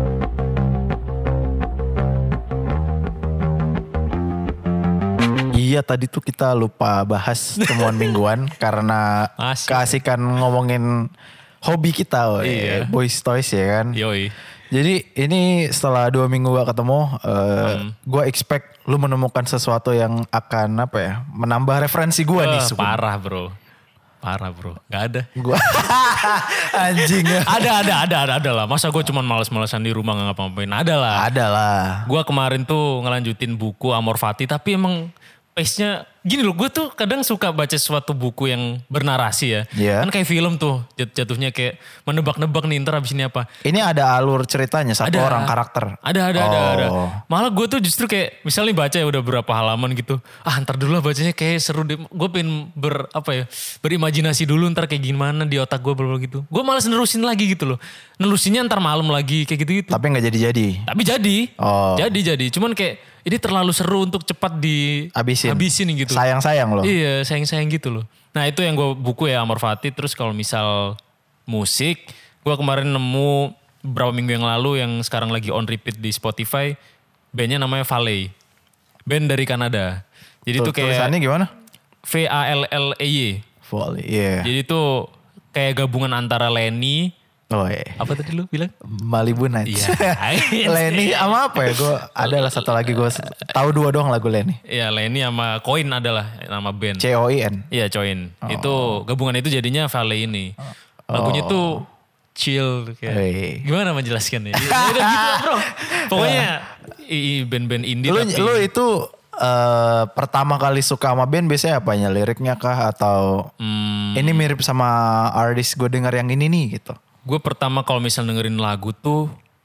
Iya tadi tuh kita lupa bahas temuan mingguan karena Asik. keasikan ngomongin hobi kita, woy. Iya. Boys Toys ya kan. Yoi. Jadi ini setelah dua minggu gak ketemu, uh, gue expect lu menemukan sesuatu yang akan apa ya, menambah referensi gue nih. Wah, Sukun. parah bro. Parah bro. Gak ada. Gua anjing ya. ada, ada, ada, ada, ada lah. Masa gue cuman males-malesan di rumah gak ngapa-ngapain. Ada lah. Ada lah. Gue kemarin tuh ngelanjutin buku Amor Fati, tapi emang pace-nya gini loh, gue tuh kadang suka baca suatu buku yang bernarasi ya. Iya. Kan kayak film tuh jat- jatuhnya kayak menebak-nebak nih ntar abis ini apa. Ini ada alur ceritanya satu Ada. orang karakter. Ada, ada, ada, ada. Oh. Malah gue tuh justru kayak misalnya baca ya udah berapa halaman gitu. Ah ntar dulu lah bacanya kayak seru deh. Gue pengen ber, apa ya, berimajinasi dulu ntar kayak gimana di otak gue berapa gitu. Gue malas nerusin lagi gitu loh. Nerusinnya ntar malam lagi kayak gitu-gitu. Tapi gak jadi-jadi. Tapi jadi. Oh. Jadi, jadi. Cuman kayak ini terlalu seru untuk cepat di Habisin. habisin gitu. Sayang-sayang loh. Iya, sayang-sayang gitu loh. Nah itu yang gue buku ya Amor Fati. Terus kalau misal musik, gue kemarin nemu beberapa minggu yang lalu yang sekarang lagi on repeat di Spotify. Bandnya namanya Valley. Band dari Kanada. Jadi Tuh, itu kayak tulisannya gimana? V A L L E Y. Volley, iya. Jadi itu kayak gabungan antara Lenny. Oh iya. Apa tadi lu bilang? Malibu Nights. Iya. Lenny sama apa ya? Gue ada lah satu lagi gue tahu dua doang lagu Lenny. Iya Lenny sama Coin adalah nama band. C O I N. Iya Coin. Oh. Itu gabungan itu jadinya Valley ini. Lagunya Oh. tuh chill kayak. Hey. Gimana menjelaskannya? Ya, udah gitu lah, bro. Pokoknya i- i- band-band indie Lu, tapi. lu itu eh, pertama kali suka sama band biasanya apanya? Liriknya kah atau Hmm, ini mirip sama artis gue denger yang ini nih gitu? gue pertama kalau misal dengerin lagu tuh.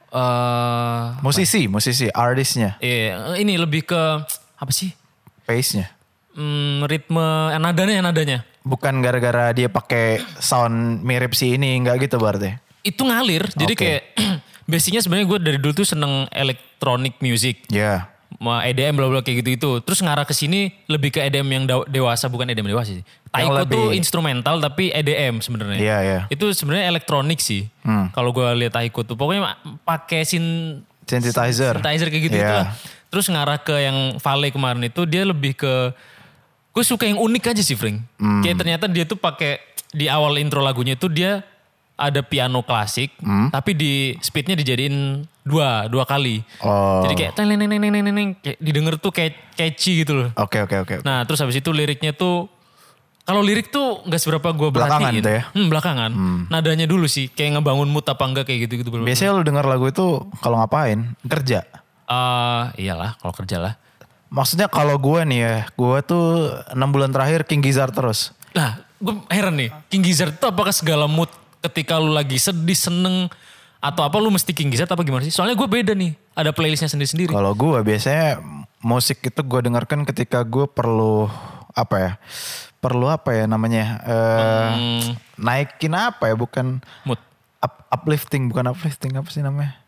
eh Musisi, musisi, artisnya, Iya, ini lebih ke apa sih? pace-nya. Hmm, ritme eh, nadanya nadanya. Bukan gara-gara dia pakai sound mirip si ini, enggak gitu berarti? Itu ngalir. Jadi Oke. kayak basicnya sebenarnya gue dari dulu tuh seneng electronic music. Ya. Ma E D M bla bla kayak gitu-gitu. Terus ngarah ke sini lebih ke E D M yang da- dewasa bukan E D M dewasa sih. Taiko lebih- tuh instrumental tapi E D M sebenarnya. Iya, iya. Itu sebenarnya elektronik sih. Hmm. Kalau gue lihat Taiko tuh pokoknya ma- pakai sin Synthesizer. synthesizer kayak gitu Iya. lah. Terus ngarah ke yang Vale kemarin itu dia lebih ke gue suka yang unik aja sih, Frank. Hmm. Kayak ternyata dia tuh pakai di awal intro lagunya itu dia ada piano klasik, Hmm. tapi di speednya dijadiin dua dua kali. Oh. Jadi kayak teng neng neng neng neng neng kayak didengar tuh kayak catchy gitu loh. Oke, oke, oke. Nah terus habis itu liriknya tuh kalau lirik tuh nggak seberapa gue Belakangan perhatiin. tuh ya? Hmm, belakangan. Nadanya dulu sih kayak ngebangun mood apa enggak kayak gitu gitu. Biasanya lu denger lagu itu kalau ngapain? Kerja. Eh iyalah kalau kerja lah. Maksudnya kalau gue nih ya, gue tuh enam bulan terakhir King Gizzard terus. Nah gue heran nih King Gizzard tuh apakah segala mood ketika lu lagi sedih seneng atau apa lu mesti King Gizzard apa gimana sih? Soalnya gue beda nih ada playlistnya sendiri-sendiri. Kalau gue biasanya musik itu gue dengarkan ketika gue perlu apa ya? Perlu apa ya namanya? Eh, Hmm, Naikin apa ya? Bukan mood. up- uplifting, bukan uplifting apa sih namanya?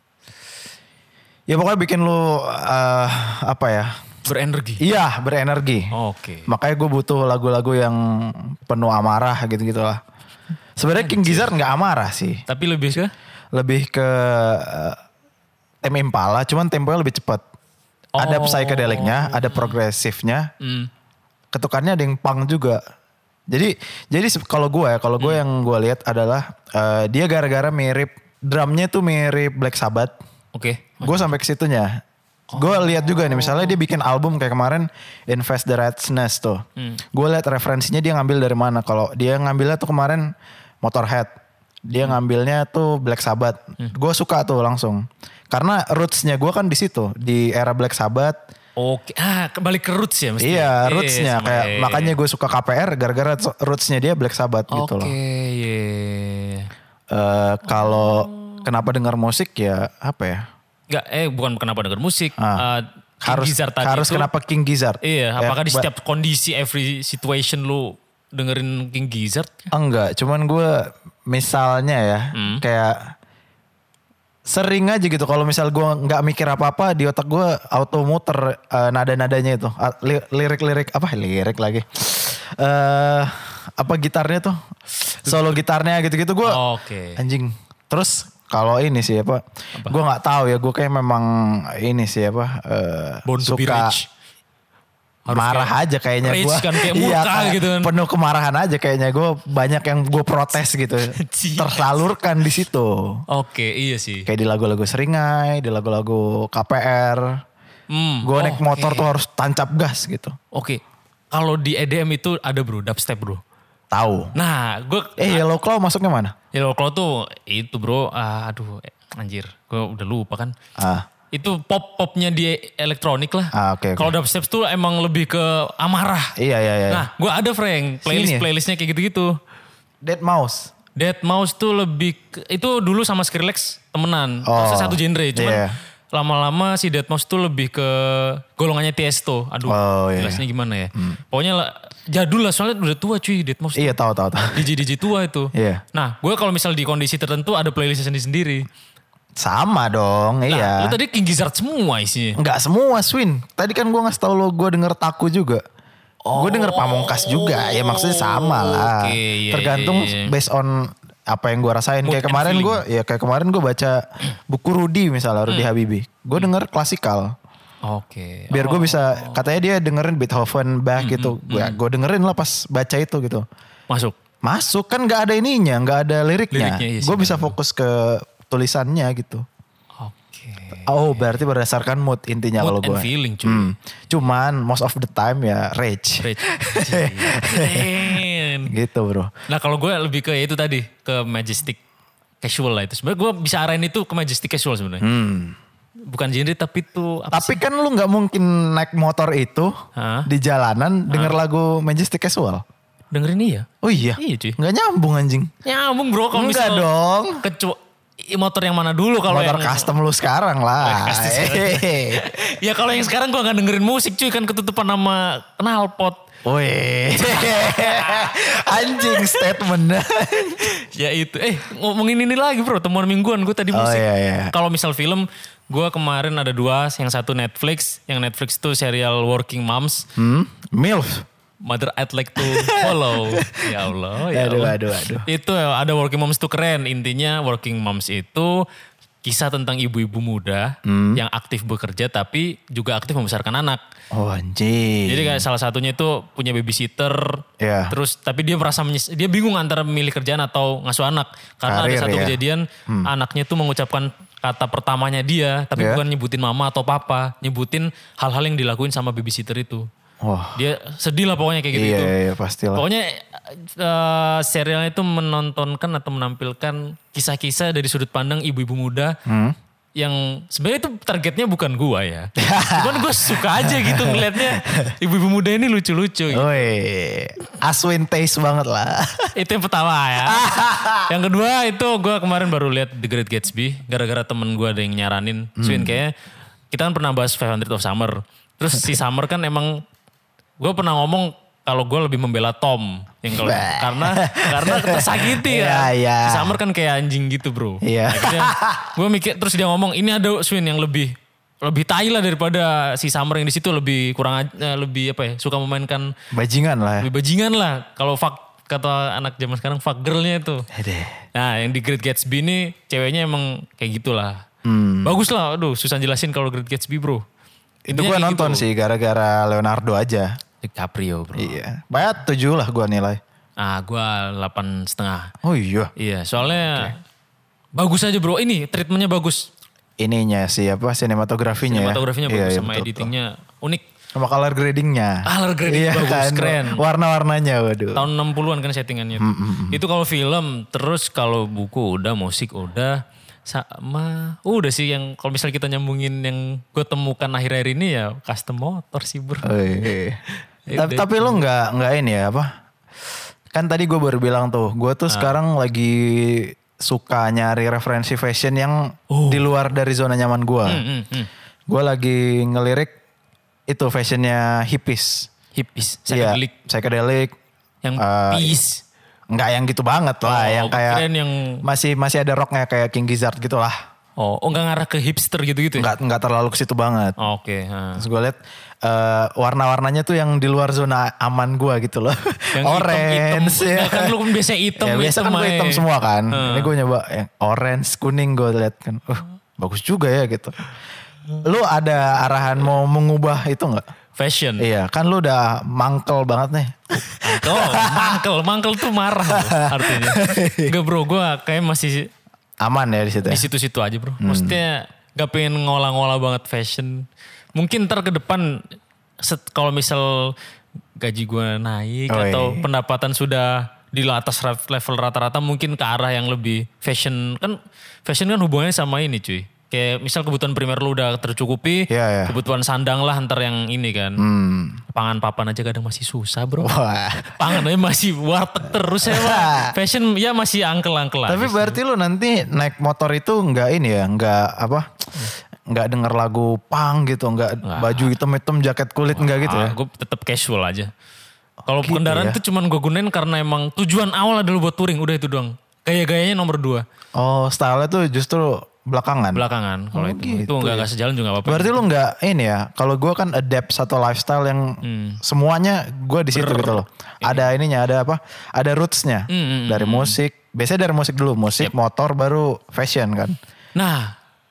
Ya pokoknya bikin lu eh, apa ya? Berenergi. Iya berenergi. Oke. Makanya gue butuh lagu-lagu yang penuh amarah gitu-gitu lah. Sebenarnya King Gizzard nggak amarah sih. Tapi lebih ke? Lebih ke uh, Tame Impala, cuman temponya lebih cepat. Ada Oh. psychedelicnya, ada progresifnya, Hmm. ketukannya ada yang punk juga. Jadi jadi se- kalau gue ya, kalau gue Hmm. yang gue lihat adalah uh, dia gara-gara mirip drumnya tuh mirip Black Sabbath. Oke. Gue sampai ke situnya. Gue lihat juga nih, misalnya dia bikin album kayak kemarin Invest the Rat's Nest tuh. Hmm. Gue lihat referensinya dia ngambil dari mana. Kalau dia ngambilnya tuh kemarin Motorhead. Dia ngambilnya tuh Black Sabbath. Gue suka tuh langsung. Karena rootsnya gue kan di situ, di era Black Sabbath. Oke. Ah kembali ke roots ya mesti. Iya, Eh, rootsnya sama- kayak eh. makanya gue suka K P R gara-gara rootsnya dia Black Sabbath gitu Oke, loh. iya. Eh, Kalau kenapa dengar musik ya apa ya? Enggak, eh bukan kenapa denger musik. Ah. Eh, King Harus Gizzard tadi harus itu- kenapa King Gizzard? Iya, Ya, apakah di ba- setiap kondisi every situation lu dengerin King Gizzard? Enggak, cuman gue misalnya ya Hmm. kayak sering aja gitu kalau misal gue nggak mikir apa-apa di otak gue auto muter eh, nada-nadanya itu. Ah, li- lirik-lirik apa lirik lagi. Eh apa gitarnya tuh? Solo gitarnya gitu-gitu gue Oke. anjing. Terus kalau ini sih apa? Gue nggak tahu ya, gue kayak memang ini sih apa eh, Born to be suka rich. Harus marah kayak aja kayaknya rage gue. kan, kayak murka gitu kan. Penuh kemarahan aja kayaknya gue, banyak yang gue protes gitu. Cie. Tersalurkan di situ. Oke, iya sih. Kayak di lagu-lagu Seringai, di lagu-lagu K P R. Hmm, Gue naik oke. motor tuh harus tancap gas gitu. Oke. Kalau di E D M itu ada bro, dubstep bro. Tahu. Nah, gue Eh Yellow Claw masuknya mana? Yellow Claw tuh itu bro, ah, aduh eh, anjir, gue udah lupa kan. Ah, Itu pop-popnya di elektronik lah. Ah, oke, oke. Kalau dubstep tuh emang lebih ke amarah. iya iya iya. Nah, gue ada Frank, playlist Sini ya? playlistnya kayak gitu-gitu. Dead Mouse. Dead Mouse tuh lebih ke- itu dulu sama Skrillex temenan, Oh, Maksudnya satu genre. Cuman iya. lama-lama si Dead Mouse tuh lebih ke golongannya Tiesto. Aduh, Oh, iya. jelasnya gimana ya? Pokoknya lah, jadul lah soalnya udah tua cuy Dead Mouse. Iya tahu tahu tahu. D J D J tua itu. Iya. Nah, gue kalau misal di kondisi tertentu ada playlistnya sendiri-sendiri. Sama dong, Nah, iya. lu tadi King Gizzard semua isinya. Enggak semua Swin. Tadi kan gue ngasih tau lo gue denger Taku juga. Gue denger Pamungkas juga. Ya maksudnya sama lah. Oke, iya, Tergantung iya, iya. based on apa yang gue rasain. Mood Kayak and kemarin feeling. gue, ya kayak kemarin gue baca buku Rudy misalnya, Rudy Hmm. Habibie. Gue denger klasikal. Oke. Biar gue Oh. bisa, katanya dia dengerin Beethoven, Bach gitu. Gue gue dengerin lah pas baca itu gitu. Masuk. Masuk kan nggak ada ininya, nggak ada liriknya. Liriknya, iya sih, Gue bisa benar. fokus ke tulisannya gitu. Oke. Oh berarti berdasarkan mood intinya Mood kalau and gue. feeling cuy. Hmm. Cuman most of the time ya rage. Rich. Keren. Gitu bro. Nah kalau gue lebih ke itu tadi, ke majestic casual lah itu. Sebenarnya gue bisa arahin itu ke majestic casual sebenarnya. Hmm. Bukan genre tapi itu apa Tapi sih? kan lu nggak mungkin naik motor itu Hah? di jalanan denger lagu Majestic Casual. Dengerin iya. Oh iya? Iya cuy. Nggak nyambung anjing. Nyambung bro kalau Enggak misal dong. kecu- motor yang mana dulu kalau Motor yang custom lu sekarang lah. custom sekarang. Ya kalau yang sekarang gue gak dengerin musik cuy, kan ketutupan sama knalpot. Woi. Anjing statement. Ya itu. Eh ngomongin ini lagi bro, temuan mingguan gue tadi Oh, musik. iya, iya. Kalau misal film, gue kemarin ada dua, yang satu Netflix, yang Netflix tuh serial Working Moms. Hmm? MILF. Mother I'd like to follow. Ya Allah, ya Aduh, Allah. aduh, aduh. Itu ada Working Moms tuh keren. Intinya Working Moms itu kisah tentang ibu-ibu muda Hmm. yang aktif bekerja tapi juga aktif membesarkan anak. Oh anjing. Jadi kayak salah satunya itu punya babysitter, Iya. terus tapi dia merasa menyes- dia bingung antara memilih kerjaan atau ngasuh anak. Karena Karir, ada satu ya. kejadian anaknya tuh mengucapkan kata pertamanya dia, tapi Iya. bukan nyebutin mama atau papa, nyebutin hal-hal yang dilakuin sama babysitter itu. Wah. Dia sedih lah pokoknya kayak gitu Iya, itu. iya pastilah. Pokoknya eh, serialnya itu menontonkan atau menampilkan kisah-kisah dari sudut pandang ibu-ibu muda Hmm. yang sebenarnya itu targetnya bukan gua ya. Cuman gue suka aja gitu ngeliatnya ibu-ibu muda ini lucu-lucu. Gitu. Woi. Aswin taste banget lah. Itu yang pertama ya. Yang kedua itu gue kemarin baru lihat The Great Gatsby. Gara-gara temen gue ada yang nyaranin. Swin kayaknya kita kan pernah bahas five hundred of Summer. Terus si Summer kan emang gue pernah ngomong kalau gue lebih membela Tom. Yang kalau karena karena tersakiti Iya, ya. iya. Si Summer kan kayak anjing gitu bro. Iya. Gue mikir terus dia ngomong ini ada Swin yang lebih lebih tai lah daripada si Summer yang di situ lebih kurang aj- eh, lebih apa ya suka memainkan Bajingan lah. lebih bajingan lah. Kalau fuck kata anak zaman sekarang fuck girlnya itu. Aduh. Nah yang di Great Gatsby ini ceweknya emang kayak gitulah. Hmm. Bagus lah, aduh susah jelasin kalau Great Gatsby bro. Itu Intinya gue kayak nonton gitu. sih gara-gara Leonardo aja. DiCaprio bro. Iya. Banyak tujuh lah gue nilai. Ah gue delapan setengah. Oh iya. Iya soalnya bagus aja bro. Ini treatmentnya bagus. Ininya sih apa sinematografinya, Sinematografinya ya. bagus Iya, sama betul, editingnya unik. betul. Sama color gradingnya. Color grading Iya bagus, kan? keren. Warna-warnanya waduh. Tahun enam puluhan kan settingannya itu. Itu kalau film, terus kalau buku udah, musik udah. Sama, udah sih yang kalau misalnya kita nyambungin yang gue temukan akhir-akhir ini ya custom motor sih bro. Oh, iya. Ya tapi, udah tapi lu nggak nggak ini ya apa? Kan tadi gue baru bilang tuh, gue tuh sekarang lagi suka nyari referensi fashion yang di luar dari zona nyaman gue. Hmm, hmm, hmm. Gue lagi ngelirik itu fashionnya hippies. Hippies, Iya, psychedelic, psychedelic. yang eh, peace. Nggak yang gitu banget lah, Oh, yang kayak kirain yang- masih masih ada rocknya kayak King Gizzard gitu lah. Oh, oh nggak ngarah ke hipster gitu-gitu ya? Nggak nggak terlalu ke situ banget. Oh, Oke. ha. Terus gue liat eh, warna-warnanya tuh yang di luar zona aman gue gitu loh. Yang Orange hitam, ya. hitam. Kan lu biasa hitam. Ya, biasa kan gue aja. hitam semua kan. Hmm. Ini gue nyoba yang orange, kuning gue liat kan. Uh, bagus juga ya gitu. Lu ada arahan mau mengubah itu nggak? Fashion. Iya kan lu udah mangkel banget nih. Oh, mangkel. Mangkel tuh marah bro, artinya. Enggak bro, gue kayak masih Aman ya di situ ya? di situ-situ aja bro. Maksudnya gak pengen ngolah-ngolah banget fashion. Mungkin ntar ke depan set- kalau misal gaji gue naik Oh, atau iya. pendapatan sudah di atas ra- level rata-rata mungkin ke arah yang lebih fashion. Kan fashion kan hubungannya sama ini cuy. Kayak misal kebutuhan primer lu udah tercukupi, Iya, iya. kebutuhan sandang lah ntar yang ini kan. Hmm. Pangan papan aja kadang masih susah bro. Wah. Pangan aja masih warteg terus ya Pak. Fashion ya masih angkel-angkel aja Tapi sih. berarti lu nanti naik motor itu nggak ini ya, nggak apa, nggak denger lagu punk gitu, nggak Nggak. baju hitam-hitam, jaket kulit nggak gitu ya? Gue tetap casual aja. Kalau Gitu kendaraan ya? itu cuman gue gunain karena emang tujuan awal adalah buat touring. Udah itu doang. Gaya-gayanya nomor dua. Oh, style tuh justru belakangan. Belakangan. Kalau Oh, itu. Itu gitu nggak ya. nggak sejalan juga gak apa-apa. Berarti lu nggak ini ya? Kalau gue kan adapt satu lifestyle yang semuanya gue di situ gitu loh. Ada ininya, ada apa? Ada rootsnya Hmm, hmm, dari musik. Biasanya dari musik dulu, musik, motor, baru fashion kan. Nah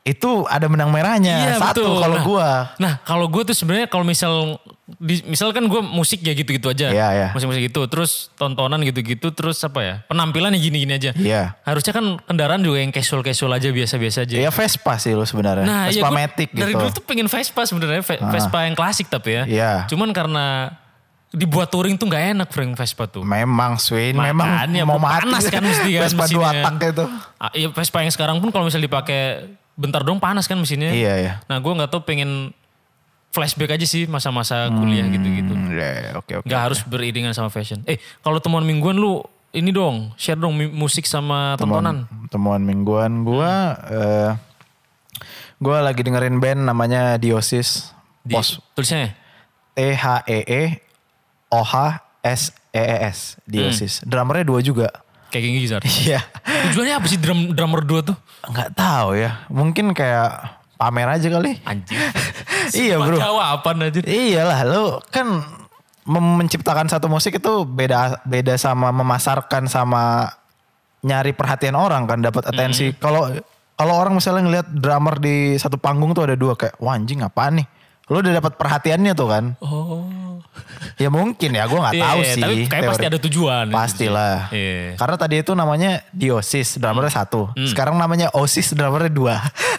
itu ada benang merahnya. Iya, Satu betul. kalau Nah, gue. Nah kalau gue tuh sebenarnya kalau misal, di, misal kan gue musik ya gitu-gitu aja. Iya, iya. Musik-musik gitu, terus tontonan gitu-gitu, terus apa ya, penampilan ya gini-gini aja. Iya. Harusnya kan kendaraan juga yang casual-casual aja, biasa-biasa aja. Ya Vespa sih lu sebenarnya. Nah, Vespa ya gua Matic gitu. dari dulu tuh pengen Vespa sebenarnya, Ve- Vespa yang klasik tapi ya. Iya. Cuman karena dibuat touring tuh nggak enak Frank Vespa tuh. Memang Swin, memang Makanya, mau bro, mati. panas kan mesti kan Vespa dua mesinnya. tak itu. Ah, iya Vespa yang sekarang pun kalau misalnya dipakai bentar dong panas kan mesinnya. Iya, iya. Nah gue nggak tahu pengen flashback aja sih masa-masa kuliah gitu-gitu. Hmm, ya, oke oke. Nggak harus beriringan sama fashion. Eh kalau temuan mingguan lu ini dong share dong mi- musik sama tontonan. Temuan mingguan gue, eh gue lagi dengerin band namanya Diosis. Di, Pos tulisannya? T H E E O H S E E S Diosis. Drummernya dua juga. Kayak King Gizzard. Iya. Tujuannya apa sih drum, drummer dua tuh? Nggak tahu ya. Mungkin kayak pamer aja kali. Anjir. Iya bro. Jawaban aja. Iyalah lu kan mem- menciptakan satu musik itu beda beda sama memasarkan sama nyari perhatian orang kan, dapat atensi. Kalau kalau orang misalnya ngelihat drummer di satu panggung tuh ada dua kayak wah anjing apaan nih? Lu udah dapat perhatiannya tuh kan. Oh. Ya mungkin ya gue nggak Iya, tahu iya, sih. tapi kayak pasti teori. ada tujuan. Pastilah. Iya. Karena tadi itu namanya Diosis, drummernya satu. Sekarang namanya Osis, drummernya dua.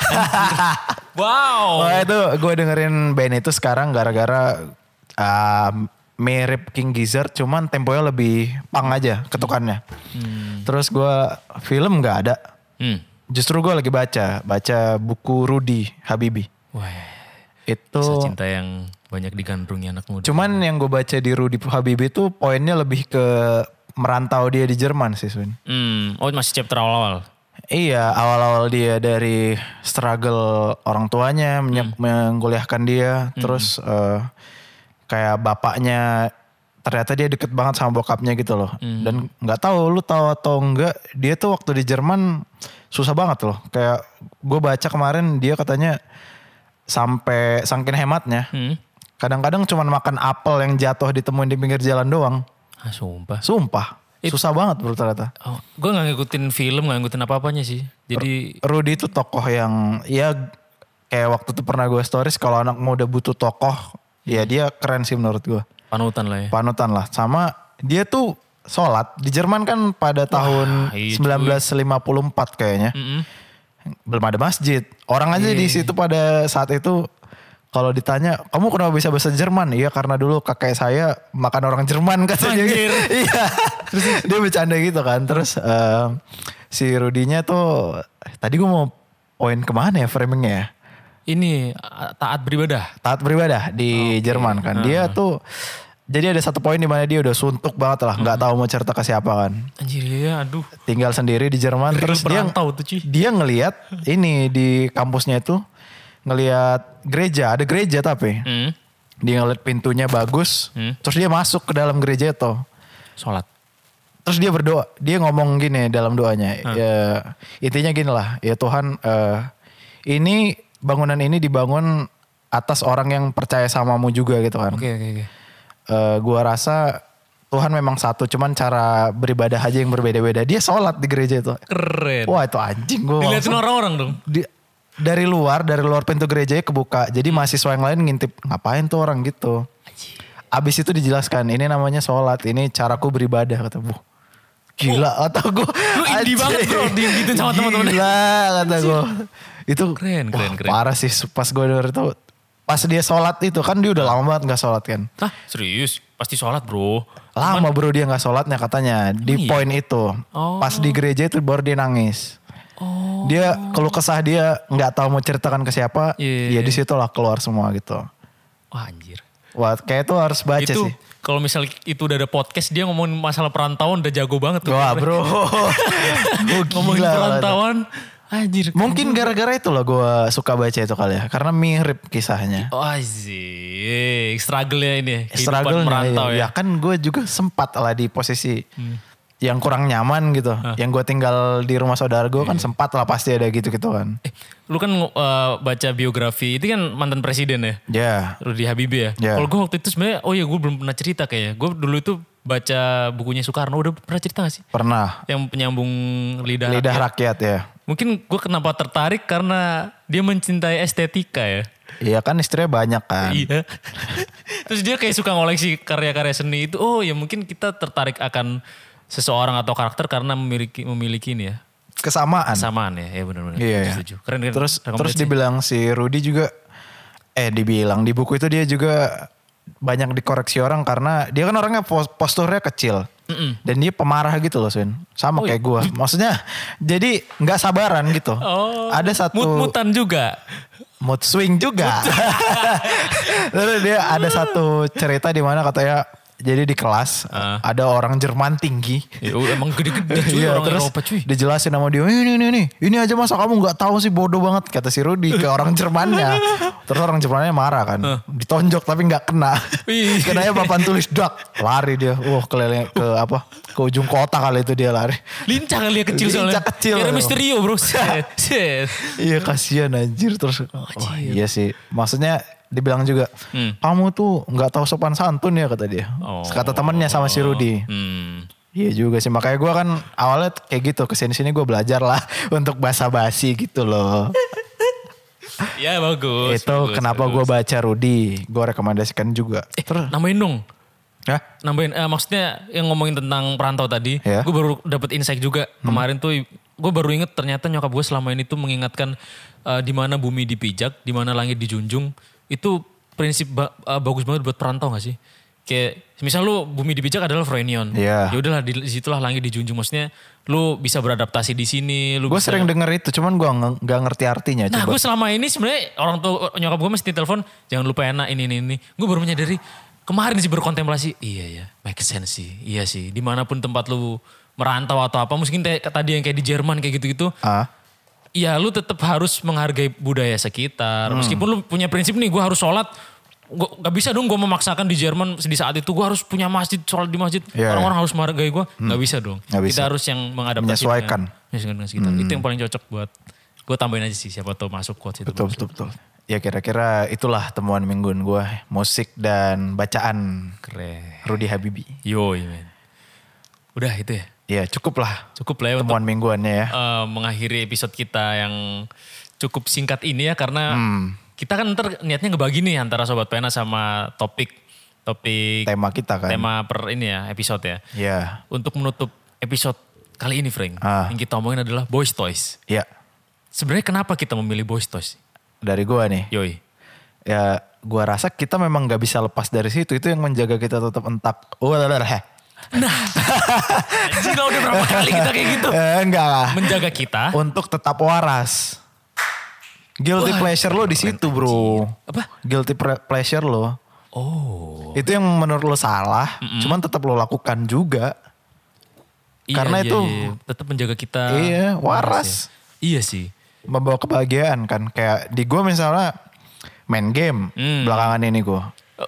Wow. Wah itu gue dengerin band itu sekarang gara-gara uh, mirip King Gizzard, cuman temponya lebih pang aja ketukannya. Terus gue film nggak ada. Hmm. Justru gue lagi baca, baca buku Rudy Habibie. Wah. Itu. Kisah cinta yang banyak digandrungi anak muda. Cuman yang gue baca di Rudy Habibie itu poinnya lebih ke merantau dia di Jerman sih Swin. Hmm. Oh masih chapter awal-awal. Iya awal-awal dia dari struggle orang tuanya menye- mengkuliahkan dia. Terus eh, kayak bapaknya ternyata dia deket banget sama bokapnya gitu loh. Dan gak tahu lu tahu atau enggak dia tuh waktu di Jerman susah banget loh. Kayak gue baca kemarin dia katanya sampai saking hematnya. Hmm. Kadang-kadang cuma makan apel yang jatuh ditemuin di pinggir jalan doang. Ah sumpah. Sumpah. Susah banget bro ternyata. Oh, gue gak ngikutin film, gak ngikutin apa-apanya sih. Jadi Rudy itu tokoh yang ya kayak waktu itu pernah gue stories kalau anak muda butuh tokoh. Ya dia keren sih menurut gue. panutan lah ya. Panutan lah. Sama dia tuh sholat. Di Jerman kan pada tahun itu. sembilan belas lima puluh empat kayaknya. Mm-mm. Belum ada masjid. Orang aja di situ pada saat itu kalau ditanya, kamu kenapa bisa bahasa Jerman? Iya karena dulu kakek saya makan orang Jerman katanya. Anjir. Iya. Terus dia bercanda gitu kan. Terus eh, si Rudinya tuh, tadi gue mau poin kemana ya framingnya ya? Ini a- taat beribadah. Taat beribadah di Jerman kan. Dia tuh, jadi ada satu poin di mana dia udah suntuk banget lah. Nggak tahu mau cerita ke siapa kan. Anjir ya aduh. Tinggal sendiri di Jerman. Terus dia perantau tuh Ci. dia ngelihat ini di kampusnya itu ngelihat gereja, ada gereja tapi Hmm. dia ngeliat pintunya bagus, Hmm. terus dia masuk ke dalam gereja itu, Sholat. terus dia berdoa, dia ngomong gini dalam doanya, ya, intinya gini lah, ya Tuhan, eh, ini bangunan ini dibangun atas orang yang percaya samamu juga gitu kan. Oke oke oke. Eh, gua rasa Tuhan memang satu, cuman cara beribadah aja yang berbeda-beda. Dia sholat di gereja itu. Keren. Wah itu anjing gue. Dilihatin orang-orang dong. Di, dari luar, dari luar pintu gerejanya kebuka. Jadi mahasiswa yang lain ngintip, ngapain tuh orang gitu. Abis itu dijelaskan, ini namanya sholat, ini caraku beribadah. Kata bu, gila kata gue. Lu indie banget bro, digituin sama teman-teman. Gila kata gue. Itu Keren, keren, wah, keren. parah sih pas gue denger itu. Pas dia sholat itu, kan dia udah lama banget gak sholat kan. Hah serius? Pasti sholat bro. Lama bro dia gak sholatnya katanya. Di iya? poin itu. Oh. Pas di gereja itu baru dia nangis. Oh. Dia kalau kesah dia nggak tahu mau ceritakan ke siapa, ya Iya. di situlah keluar semua gitu. Wah anjir. Wah kayak itu harus baca Itu sih. kalau misal itu udah ada podcast dia ngomongin masalah perantauan udah jago banget tuh. Wah bro, Gua Ngomongin gila. perantauan. Anjir. Mungkin gara-gara itu loh gue suka baca itu kali ya, karena mirip kisahnya. Oh sih, struggle-nya ini. Kehidupan Struggle merantau ya. ya. ya kan gue juga sempat lah di posisi yang kurang nyaman gitu. Yang gue tinggal di rumah saudara gue kan sempat lah pasti ada gitu-gitu kan. Eh, lu kan uh, baca biografi, itu kan mantan presiden ya? Ya. Rudy Habibie ya? Ya. Kalau gue waktu itu sebenarnya, oh ya gue belum pernah cerita kayaknya. Gue dulu itu baca bukunya Soekarno, udah pernah cerita gak sih? Pernah. Yang penyambung lidah, Lidah rakyat. rakyat ya. mungkin gue kenapa tertarik karena dia mencintai estetika ya. Iya kan istrinya banyak kan. Iya. Terus dia kayak suka ngoleksi karya-karya seni itu. Oh ya mungkin kita tertarik akan seseorang atau karakter karena memiliki memiliki ini ya. Kesamaan. Kesamaan ya, ya benar-benar. Iya. Setuju. Keren, keren. Terus terus dibilang si Rudy juga, eh dibilang di buku itu dia juga banyak dikoreksi orang karena dia kan orangnya posturnya kecil. Mm-mm. Dan dia pemarah gitu loh Swin. Sama oh, kayak gue. Maksudnya jadi gak sabaran gitu. Oh, ada satu. Mut-mutan juga. Mood swing juga. Terus dia ada satu cerita di mana katanya. Jadi di kelas uh. ada orang Jerman tinggi. Ya, emang gede-gede cuy iya, orang terus Eropa cuy. Dijelasin sama dia, ini, ini, ini, ini aja masa kamu gak tahu sih bodoh banget. Kata si Rudy ke orang Jermannya. Terus orang Jermannya marah kan. Uh. Ditonjok tapi gak kena. Kenanya papan tulis dak. Lari dia. Wah keliling ke apa? Ke ujung kota kali itu dia lari. Lincah kali ya kecil soalnya. Lincah kecil. Kira Misterio bro. Iya kasihan anjir. Terus oh, oh, iya sih. Maksudnya dibilang juga, hmm. kamu tuh nggak tahu sopan santun ya kata dia. Oh. Kata temennya sama si Rudy. Hmm. Iya juga sih. Makanya gue kan awalnya kayak gitu. Kesini-sini gue belajar lah untuk basa-basi gitu loh. Ya bagus. Itu bagus, kenapa gue baca Rudy. Gue rekomendasikan juga. Eh, Terus nambahin dong. Ya? Nambahin. Eh, maksudnya yang ngomongin tentang perantau tadi. Ya? Gue baru dapet insight juga. Hmm. Kemarin tuh gue baru inget ternyata nyokap gue selama ini tuh mengingatkan uh, di mana bumi dipijak, di mana langit dijunjung. Itu prinsip ba- uh, bagus banget buat perantau gak sih? Kayak misal lu bumi dipijak adalah Froenion. Yeah. Ya udahlah di situlah langit dijunjung. Maksudnya lu bisa beradaptasi di sini. Gue bisa... sering denger itu, cuman gue nggak nggak ngerti artinya. Nah gue selama ini sebenarnya orang tua nyokap gue mesti telepon, jangan lupa enak ini ini ini. Gue baru menyadari kemarin sih berkontemplasi. Iya ya, make sense sih. Iya sih. Dimanapun tempat lu merantau atau apa, mungkin tadi yang kayak di Jerman kayak gitu-gitu. Ah. Iya lu tetap harus menghargai budaya sekitar. Hmm. Meskipun lu punya prinsip nih gue harus sholat. Gue gak bisa dong gue memaksakan di Jerman di saat itu gue harus punya masjid, sholat di masjid. Yeah, orang-orang yeah. harus menghargai gue. Hmm. Gak bisa dong. Gak bisa. Kita harus yang mengadaptasi. Menyesuaikan. Dengan, dengan sekitar. Hmm. Itu yang paling cocok buat. Gue tambahin aja sih siapa tahu masuk quotes itu. Betul, betul, betul. Ya kira-kira itulah temuan mingguan gue. Musik dan bacaan. Keren. Rudy Habibie. Yoi men. Udah itu ya. Ya cukup lah. Cukup lah ya temuan untuk, mingguannya ya. Uh, mengakhiri episode kita yang cukup singkat ini ya. Karena hmm. kita kan ntar niatnya ngebagi nih antara Sobat Pena sama topik. Topik. Tema kita kan. Tema per ini ya episode ya. Iya. Yeah. Untuk menutup episode kali ini Frank. Ah. Yang kita omongin adalah Boys Toys. Iya. Yeah. Sebenarnya kenapa kita memilih Boys Toys? Dari gua nih. Yoi. Ya gua rasa kita memang gak bisa lepas dari situ. Itu yang menjaga kita tetap entak. Oh lah lah. Nah, anjing udah berapa kali kita kayak gitu. Eh, enggak lah. Menjaga kita. Untuk tetap waras. Guilty Wah, pleasure lo di situ bro. Apa? Guilty pleasure lo. Oh. Itu yang menurut lo salah. Mm-mm. Cuman tetap lo lakukan juga. Iya, karena iya, itu. Iya. Tetap menjaga kita. Iya waras. waras ya? Iya sih. Membawa kebahagiaan kan. Kayak di gue misalnya main game. Mm. Belakangan ini gue.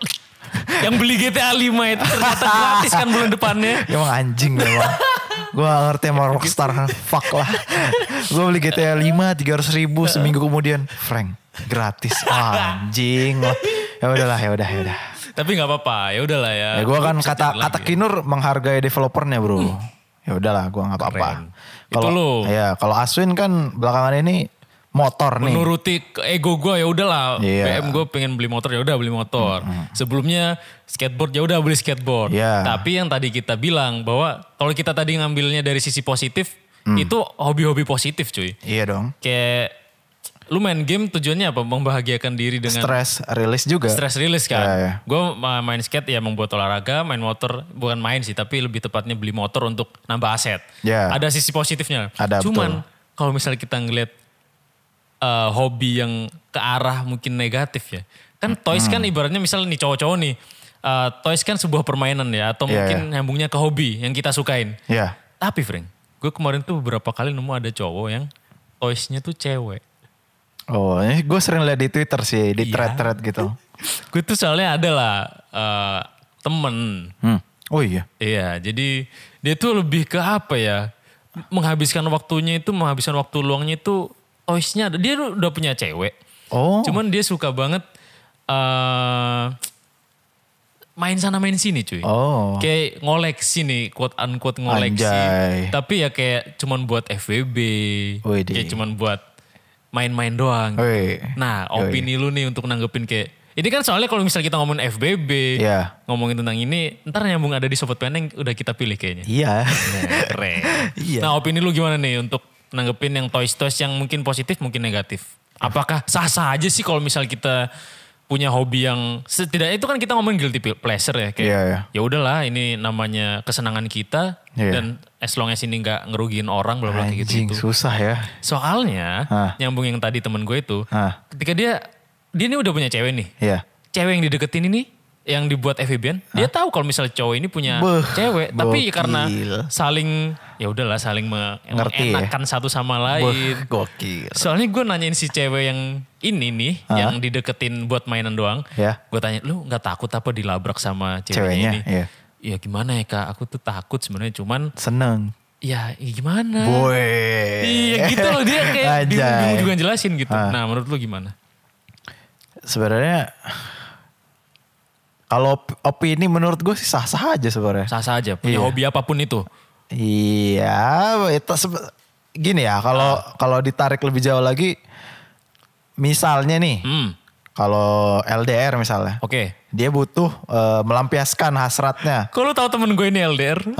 Yang beli G T A lima itu ternyata gratis kan bulan depannya. Emang anjing memang. Gue gak ngerti sama Rockstar. Fuck lah. Gue beli G T A lima tiga ratus ribu seminggu kemudian. Frank gratis. Oh, anjing lah. Ya udahlah ya udah ya udah. Tapi gak apa-apa ya udahlah ya. Ya gue kan kata kata Kinur menghargai developernya bro. Hmm. Ya udahlah gue gak apa-apa. Kalau ya kalau Aswin kan belakangan ini motor nih. Menuruti ego gue ya udahlah. Yeah. B M gue pengen beli motor ya udah beli motor. Mm-hmm. Sebelumnya skateboard ya udah beli skateboard. Yeah. Tapi yang tadi kita bilang bahwa kalau kita tadi ngambilnya dari sisi positif, mm. itu hobi-hobi positif cuy. Iya dong. Kayak lu main game tujuannya apa? Membahagiakan diri dengan stress release juga. Stress release kan. Yeah, yeah. Gue main skate ya membuat olahraga, main motor bukan main sih, tapi lebih tepatnya beli motor untuk nambah aset. Yeah. Ada sisi positifnya. Ada, cuman kalau misalnya kita ngeliat Uh, hobi yang ke arah mungkin negatif ya. Kan toys hmm. kan ibaratnya misalnya nih cowok-cowok nih. Uh, toys kan sebuah permainan ya. Atau yeah, mungkin yeah. nyambungnya ke hobi yang kita sukain. Yeah. Tapi Frank, gue kemarin tuh beberapa kali nemu ada cowok yang toysnya tuh cewek. Oh ini gue sering lihat di Twitter sih. Di yeah. thread-thread gitu. Gue tuh soalnya ada lah uh, temen. Hmm. Oh iya? Iya jadi dia tuh lebih ke apa ya. Menghabiskan waktunya itu, menghabiskan waktu luangnya itu toysnya dia udah punya cewek. Oh. Cuman dia suka banget uh, main sana main sini cuy. Oh. Kayak ngoleksi nih, quote unquote ngoleksi. Anjay. Tapi ya kayak cuman buat F W B. Widih. Kayak cuman buat main-main doang. Wih. Nah, Yoi. opini lu nih untuk nanggepin kayak ini kan soalnya kalau misalnya kita ngomongin F B B, Iya. ngomongin tentang ini, ntar nyambung ada di Sobat Peneng udah kita pilih kayaknya. Iya. Keren. Iya. Nah, opini lu gimana nih untuk nanggepin yang toys-toys yang mungkin positif, mungkin negatif? Apakah sah-sah aja sih kalau misal kita punya hobi yang setidaknya itu kan kita ngomongin guilty pleasure ya kayak Iya, iya. ya udahlah ini namanya kesenangan kita Iya. dan as long as ini nggak ngerugiin orang bla bla kayak Anjing, gitu. susah ya. Soalnya Hah. nyambung yang tadi temen gue itu Hah. ketika dia dia ini udah punya cewek nih. Iya. Cewek yang dideketin ini yang dibuat F B B-an, dia tahu kalau misalnya cowok ini punya Beuh, cewek, tapi gokil. karena saling ya udahlah saling me- Ngerti ya? mengenakan satu sama lain. Beuh, gokil. Soalnya gue nanyain si cewek yang ini nih, Hah? yang dideketin buat mainan doang. Ya. Gue tanya, lu nggak takut apa dilabrak sama ceweknya, Ceweknya, ini? iya. Ya gimana ya kak, aku tuh takut sebenarnya, cuman Seneng. ya, ya gimana? Boy. Iya gitu loh, dia kayak Anjay. bingung-bingung juga jelasin gitu. Hah. Nah menurut lu gimana? Sebenarnya kalau op- opini menurut gue sih sah-sah aja sebenarnya. Sah-sah aja, punya Iya. hobi apapun itu. Iya, itu sebe- gini ya, kalau kalau ditarik lebih jauh lagi, misalnya nih, Hmm, kalau L D R misalnya, oke. dia butuh eh, melampiaskan hasratnya. Kok lu tahu temen gue ini L D R?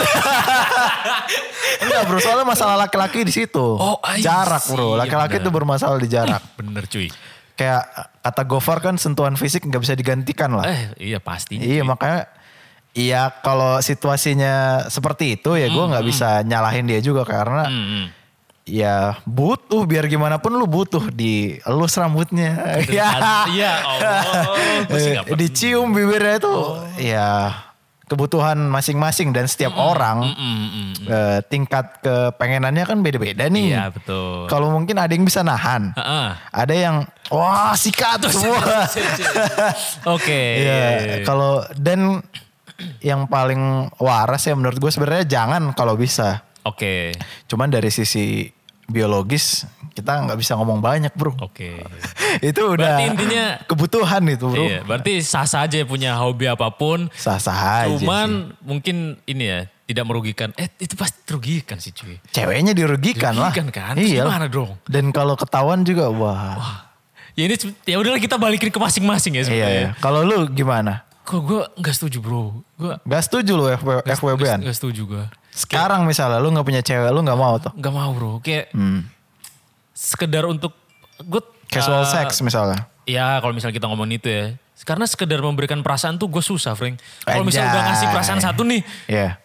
Enggak bro, soalnya masalah laki-laki di situ. Oh, I jarak bro, see, laki-laki bener. itu bermasalah di jarak. Bener cuy. Kayak kata Gofar kan sentuhan fisik nggak bisa digantikan lah. Eh iya pastinya. Iya cuy. makanya, iya kalau situasinya seperti itu ya gue nggak bisa nyalahin dia juga karena Hmm, hmm. ya butuh biar gimana pun lu butuh dielus rambutnya. Ya. Iya Allah. Gue sih nggak pernah. Dicium bibirnya itu ya kebutuhan masing-masing dan setiap orang Mm, mm, mm. eh, tingkat kepengenannya kan beda-beda nih. Iya betul. Kalau mungkin ada yang bisa nahan. Heeh. Ada yang wah sikat semua. Oke. Iya, kalau dan yang paling waras ya menurut gue sebenarnya jangan kalau bisa. Oke. Cuman dari sisi biologis kita nggak bisa ngomong banyak bro. Oke. Itu udah Berarti intinya- kebutuhan itu bro. Iya, berarti sah-sah aja punya hobi apapun. Sah-sah aja Cuman sih. mungkin ini ya, tidak merugikan. Eh itu pasti merugikan sih cuy. Ceweknya dirugikan, lah. Dirugikan kan? Terus Iya. gimana dong? Dan kalau ketahuan juga wah. Ya ini ya udahlah kita balikin ke masing-masing ya Iya, sebenarnya. iya. Kalau lu gimana? Kok gue nggak setuju bro. Gue Gak setuju lu F W B-an? nggak setuju gue. Sekarang misalnya lu gak punya cewek, lu gak mau tuh. Nggak mau bro. Kayak Hmm. sekedar untuk gue Casual sex misalnya. Ya kalau misalnya kita ngomongin itu ya. Karena sekedar memberikan perasaan tuh gue susah Frank. Kalau misalnya udah Anjay. ngasih perasaan satu nih. Iya.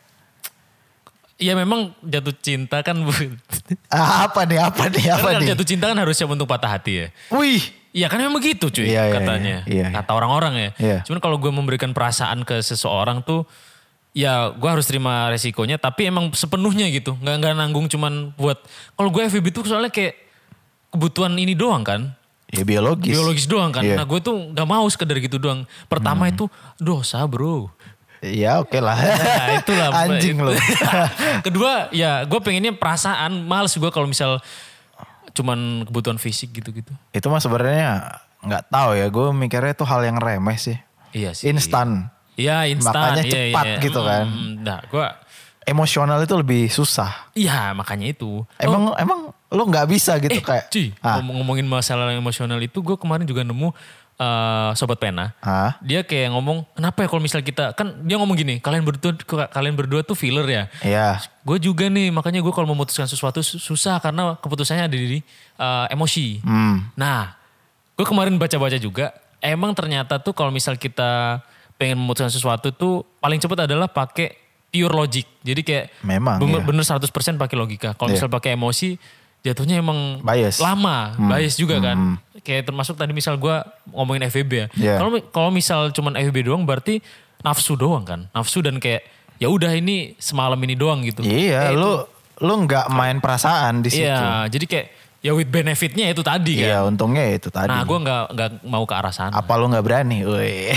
Ya memang jatuh cinta kan. Ah, apa nih, apa nih, apa Karena nih? jatuh cinta kan harus siap untuk patah hati ya. Wih. Iya kan memang gitu cuy Iya, iya, katanya. iya, iya. Kata orang-orang ya. Iya. Cuman kalau gue memberikan perasaan ke seseorang tuh. Ya gue harus terima resikonya. Tapi emang sepenuhnya gitu. Gak, nggak nanggung cuman buat. Kalau gue F B B tuh soalnya kayak kebutuhan ini doang kan. Ya biologis. Biologis doang kan. Iya. Nah gue tuh gak mau sekedar gitu doang. Pertama itu dosa bro. Iya oke lah. Nah itulah. Anjing itu. lu. Kedua ya gue pengennya perasaan. Males gue kalau misal cuman kebutuhan fisik gitu-gitu. Itu mah sebenarnya nggak tahu ya. Gue mikirnya itu hal yang remeh sih. Iya sih. Instan. Iya instan. Makanya iya, cepat iya. gitu kan. Hmm, nah gue. Emosional itu lebih susah. Iya makanya itu. Emang emang lu nggak bisa gitu eh, kayak. cuy, Ah, ngomong- ngomongin masalah emosional itu gue kemarin juga nemu eh, sobat pena. ah, Dia kayak ngomong, kenapa ya kalau misal kita, kan dia ngomong gini, kalian berdua kalian berdua tuh filler ya. iya. Gue juga nih, makanya gue kalau memutuskan sesuatu su- susah karena keputusannya ada di eh, emosi. Hmm. Nah, gue kemarin baca-baca juga, emang ternyata tuh kalau misal kita pengen memutuskan sesuatu tuh paling cepat adalah pakai pure logic. Jadi kayak Memang, bener, iya. bener seratus persen pakai logika. Kalau Iya. misal pakai emosi, jatuhnya emang Bias. lama, Hmm. bias juga kan. Hmm. Kayak termasuk tadi misal gue ngomongin F W B ya. Iya. Kalau kalau misal cuman F W B doang berarti nafsu doang kan. Nafsu dan kayak ya udah ini semalam ini doang gitu. Iya, Eh, itu- lu lu nggak main perasaan di situ. Iya, jadi kayak ya with benefitnya itu tadi kan. Iya, untungnya ya itu tadi. Nah gue nggak nggak mau ke arah sana. Apa lu nggak berani? Woi.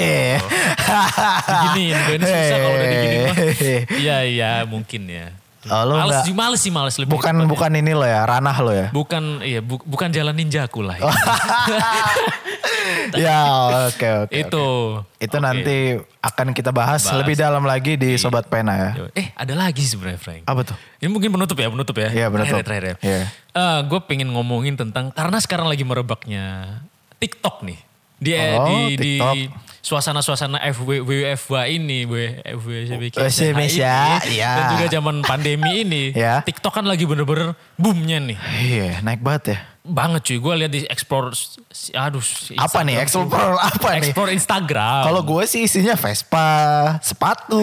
Diginiin, gue ini susah kalau udah diginiin mah. Hehehe. Iya iya mungkin ya. Oh, lu males nggak- sih, males sih males lebih. bukan tepatnya. bukan ini lo ya, ranah lo ya. Bukan iya bu- bukan jalan ninjaku lah. Ya. Ya oke oke. Itu. Itu Oke. nanti akan kita bahas, Bahas. lebih dalam lagi di Sobat Pena ya. Eh ada lagi sebenarnya Frank. Apa tuh? Ini mungkin penutup ya, penutup ya. Iya, penutup. Terakhir, terakhir. Iya. Eh, gue pengen ngomongin tentang, karena sekarang lagi merebaknya TikTok nih. Di, Oh, di, di TikTok. suasana-suasana F W W F W ini, W F W S B K, S M S ya, iya. dan juga zaman pandemi ini, Ya. TikTok kan lagi bener-bener boomnya nih. Iya naik banget ya. Banget cuy, gue lihat di explore, aduh. Apa nih? Instagram Explore tuh. apa nih? Explore Instagram. Kalau gue sih isinya Vespa, sepatu.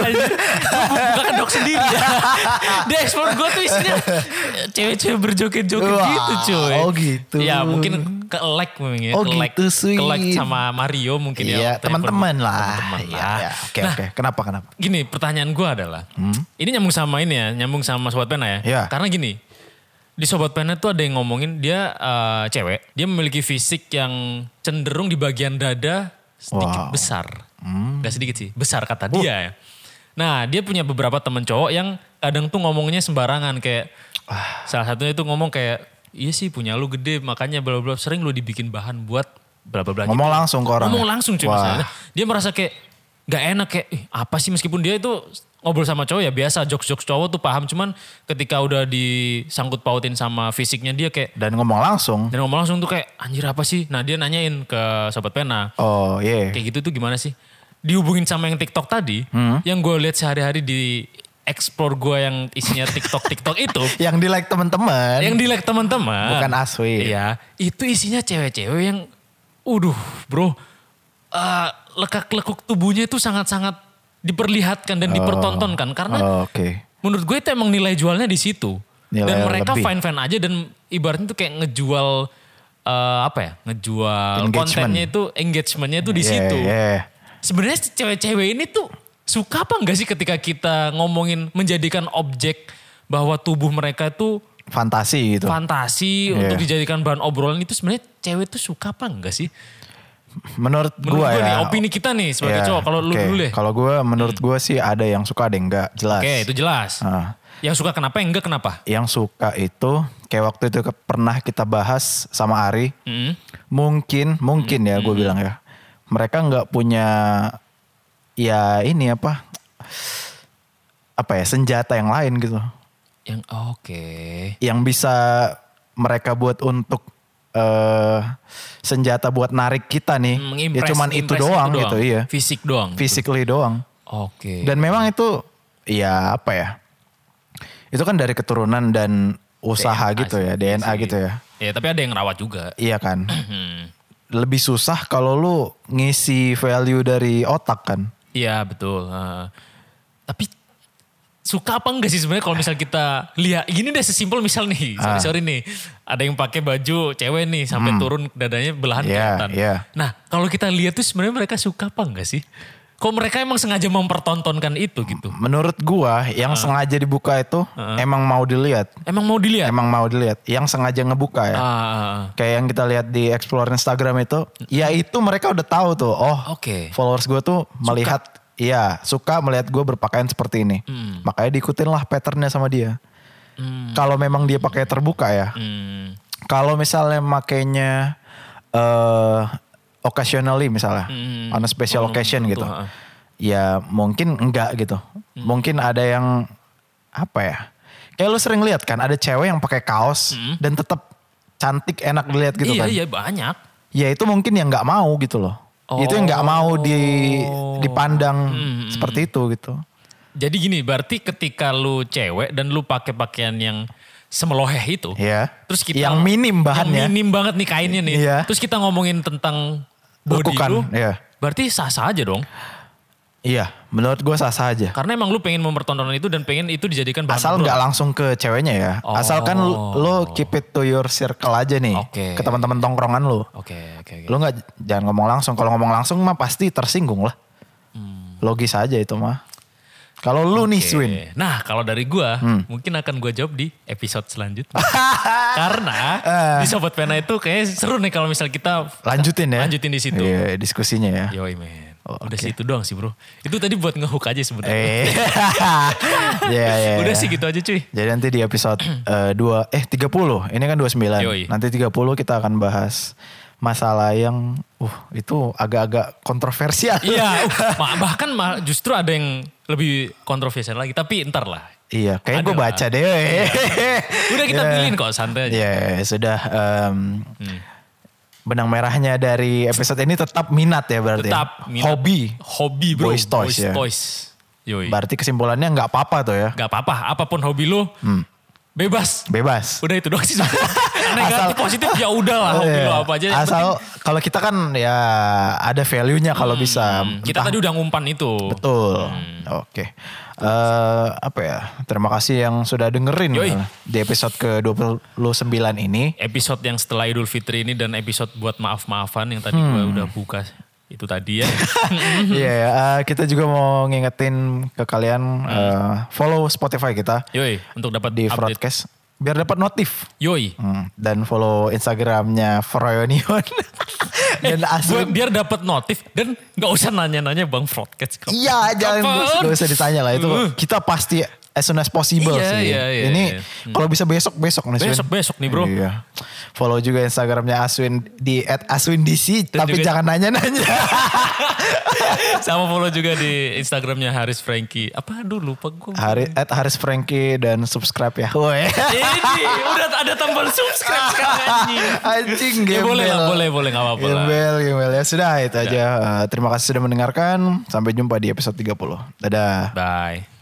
Bukan kedok sendiri ya. Di explore gue tuh isinya cewek-cewek berjoget-joget Wah, gitu cuy. oh gitu. Ya mungkin ke-like memang ya. Oh ke-like, gitu, sweet. ke-like sama Mario mungkin ya. Iya teman-teman lah. Teman-teman Iya, lah. iya. Oke Nah, oke. Kenapa kenapa? gini pertanyaan gue adalah. Ini nyambung sama ini ya. Nyambung sama Sobat Pena ya. Iya. Karena gini. Di Sobat Pena tuh ada yang ngomongin dia eh, cewek. Dia memiliki fisik yang cenderung di bagian dada sedikit Wow. besar. Gak sedikit sih. Besar kata dia ya. Nah dia punya beberapa temen cowok yang kadang tuh ngomongnya sembarangan. Kayak salah satunya tuh ngomong kayak, iya sih punya lu gede makanya bla bla, sering lu dibikin bahan buat bla bla bla. Ngomong langsung ke orang. Ngomong langsung cuy Wah. misalnya. Dia merasa kayak gak enak kayak, "Ih, apa sih," meskipun dia itu ngobrol sama cowok ya biasa, jokes-jokes cowok tuh paham. Cuman ketika udah disangkut pautin sama fisiknya dia kayak, Dan ngomong langsung. dan ngomong langsung tuh kayak anjir apa sih. Nah dia nanyain ke Sobat Pena, Oh iya. kayak gitu tuh gimana sih. Dihubungin sama yang TikTok tadi, Hmm. yang gue lihat sehari-hari di explore gue yang isinya TikTok-TikTok itu. Yang di like teman-teman. Yang di like teman-teman. Bukan asli. Iya, itu isinya cewek-cewek yang, uduh bro, eh, lekak-lekuk tubuhnya itu sangat-sangat diperlihatkan dan dipertontonkan. Karena Oh, oke. menurut gue itu emang nilai jualnya di situ. Nilai Dan mereka lebih. fine-fine aja dan ibaratnya tuh kayak ngejual, eh, apa ya, ngejual Engagement. kontennya itu, engagementnya itu di Iya, situ. iya. Sebenarnya si cewek-cewek ini tuh suka apa enggak sih ketika kita ngomongin menjadikan objek bahwa tubuh mereka itu Fantasi gitu. fantasi Iya. untuk dijadikan bahan obrolan, itu sebenarnya cewek tuh suka apa enggak sih? Menurut, Menurut gua gue ya. nih, opini kita nih sebagai Iya, cowok. Kalau lu oke. dulu deh. Kalau gue menurut gue sih ada yang suka ada yang enggak, jelas. Oke itu jelas. Ah. Yang suka kenapa, yang enggak kenapa? Yang suka itu kayak waktu itu ke- pernah kita bahas sama Ari. Mm. Mungkin, mungkin ya gue bilang ya. Mereka nggak punya ya ini apa apa ya senjata yang lain gitu. Yang oke. Yang bisa mereka buat untuk eh senjata buat narik kita nih. Mm, Ya impress- cuman itu impress doang, gitu iya. Fisik doang. gitu. Physically doang. Oke. Dan memang itu ya apa ya. Itu kan dari keturunan dan usaha D N A gitu sih, ya, D N A sih. gitu ya. Ya tapi ada yang rawat juga. Iya kan. Hmm. Lebih susah kalau lu ngisi value dari otak kan. Iya betul. Ah. tapi suka apa enggak sih sebenarnya kalau misal kita lihat gini deh, sesimpel misal nih, sorry, Ah. sorry nih, ada yang pakai baju cewek nih sampai turun dadanya belahan Iya, kelihatan. iya. Nah kalau kita lihat tuh sebenarnya mereka suka apa enggak sih? Kok mereka emang sengaja mempertontonkan itu gitu? Menurut gua yang sengaja dibuka itu emang mau dilihat. Emang mau dilihat? Emang mau dilihat. Yang sengaja ngebuka ya. Ah, ah, ah. Kayak yang kita lihat di explore Instagram itu. Ya itu mereka udah tahu tuh. Oh Oke. followers gua tuh melihat. Iya suka melihat gua berpakaian seperti ini. Hmm. Makanya diikutin lah patternnya sama dia. Hmm. Kalau memang dia pakai terbuka ya. Hmm. Kalau misalnya makainya eh occasionally misalnya, Hmm. on a special Oh, occasion betul, gitu, ha. ya mungkin enggak gitu. Hmm. Mungkin ada yang apa ya? Kayak lu sering lihat kan, ada cewek yang pakai kaos dan tetap cantik, enak dilihat gitu Hmm. iya kan? iya banyak. Ya itu mungkin yang nggak mau gitu loh. Itu yang nggak mau di dipandang Hmm. seperti itu gitu. Jadi gini, berarti ketika lu cewek dan lu pakai pakaian yang semeloheh itu, Ya. terus kita yang minim bahannya, yang minim banget nih kainnya nih, Iya. terus kita ngomongin tentang body lekukan, lu, ya. berarti sah-sah aja dong. Iya, menurut gue sah-sah aja. Karena emang lu pengen mempertontonkan itu dan pengen itu dijadikan bahan Asal obrolan. nggak langsung ke ceweknya ya. Oh. Asalkan lu, lu keep it to your circle aja nih. Oke. Ke teman-teman tongkrongan lu. Oke, oke, oke. Lu nggak jangan ngomong langsung. Kalau ngomong langsung mah pasti tersinggung lah. Hmm. Logis aja itu mah. Kalau lu nih Oke. Swin. Nah kalau dari gua Hmm. mungkin akan gua jawab di episode selanjutnya. Karena Eh. di Sobat Pena itu kayaknya seru nih kalau misal kita Lanjutin ya. lanjutin di situ. Iya, diskusinya ya. Yoi men. Oh, Udah oke. situ doang sih bro. Itu tadi buat ngehook aja sebenarnya. Eh. Iya, iya. Udah iya. sih gitu aja cuy. Jadi nanti di episode eh, dua eh tiga puluh. Ini kan dua puluh sembilan. Yoi. Nanti tiga puluh kita akan bahas masalah yang uh itu agak-agak kontroversial. Iya, uh, bahkan justru ada yang lebih kontroversial lagi. Tapi ntar lah. Iya, kayaknya gue baca deh. Iya. Udah kita yeah. pilihin kok, santai aja. Iya, yeah, sudah. Um, hmm. Benang merahnya dari episode ini tetap minat ya berarti. Tetap ya? minat. Hobi. Hobi bro. Boys Toys. Boys Ya. Toys. Yoi. Berarti kesimpulannya nggak apa-apa tuh ya. Nggak apa-apa, apapun hobi lu. Hmm. Bebas. Bebas. Udah itu doang sih. Negatif positif ya udah lah hobi iya. lo apa aja. Asal kalau kita kan ya ada value-nya kalau hmm, bisa. Kita Entah. tadi udah ngumpan itu. Betul. Hmm. Oke. Okay. Uh, apa ya? Terima kasih yang sudah dengerin Yoi. Di episode ke dua puluh sembilan ini. Episode yang setelah Idul Fitri ini dan episode buat maaf-maafan yang tadi hmm. gue udah buka. Itu tadi ya. Iya, yeah, uh, kita juga mau ngingetin ke kalian hmm. uh, follow Spotify kita. Yoi, untuk dapat di update. Broadcast biar dapat notif. Yoi. Hmm, dan follow Instagramnya Froyonion. Dan Aswin. Biar dapat notif dan nggak usah nanya-nanya Bang Broadcast. Iya, jangan nggak usah ditanya lah itu. Uh. Kita pasti as soon as possible iya, sih. Iya, iya, Ini iya. kalau bisa besok-besok nih. Besok-besok nih bro. Iya. Follow juga Instagramnya Aswin di at aswindc. Tapi juga, jangan nanya-nanya. Sama follow juga di Instagramnya Haris Franky. Apa dulu lupa gue. Hari, at Haris Franky dan subscribe ya. Woy. Ini udah ada tombol subscribe sekarang anjing. Anjing gembel. Ya boleh lah, boleh, boleh gak apa-apa lah. Gembel, gembel ya. Sudah itu aja. Uh, terima kasih sudah mendengarkan. Sampai jumpa di episode tiga puluh. Dadah. Bye.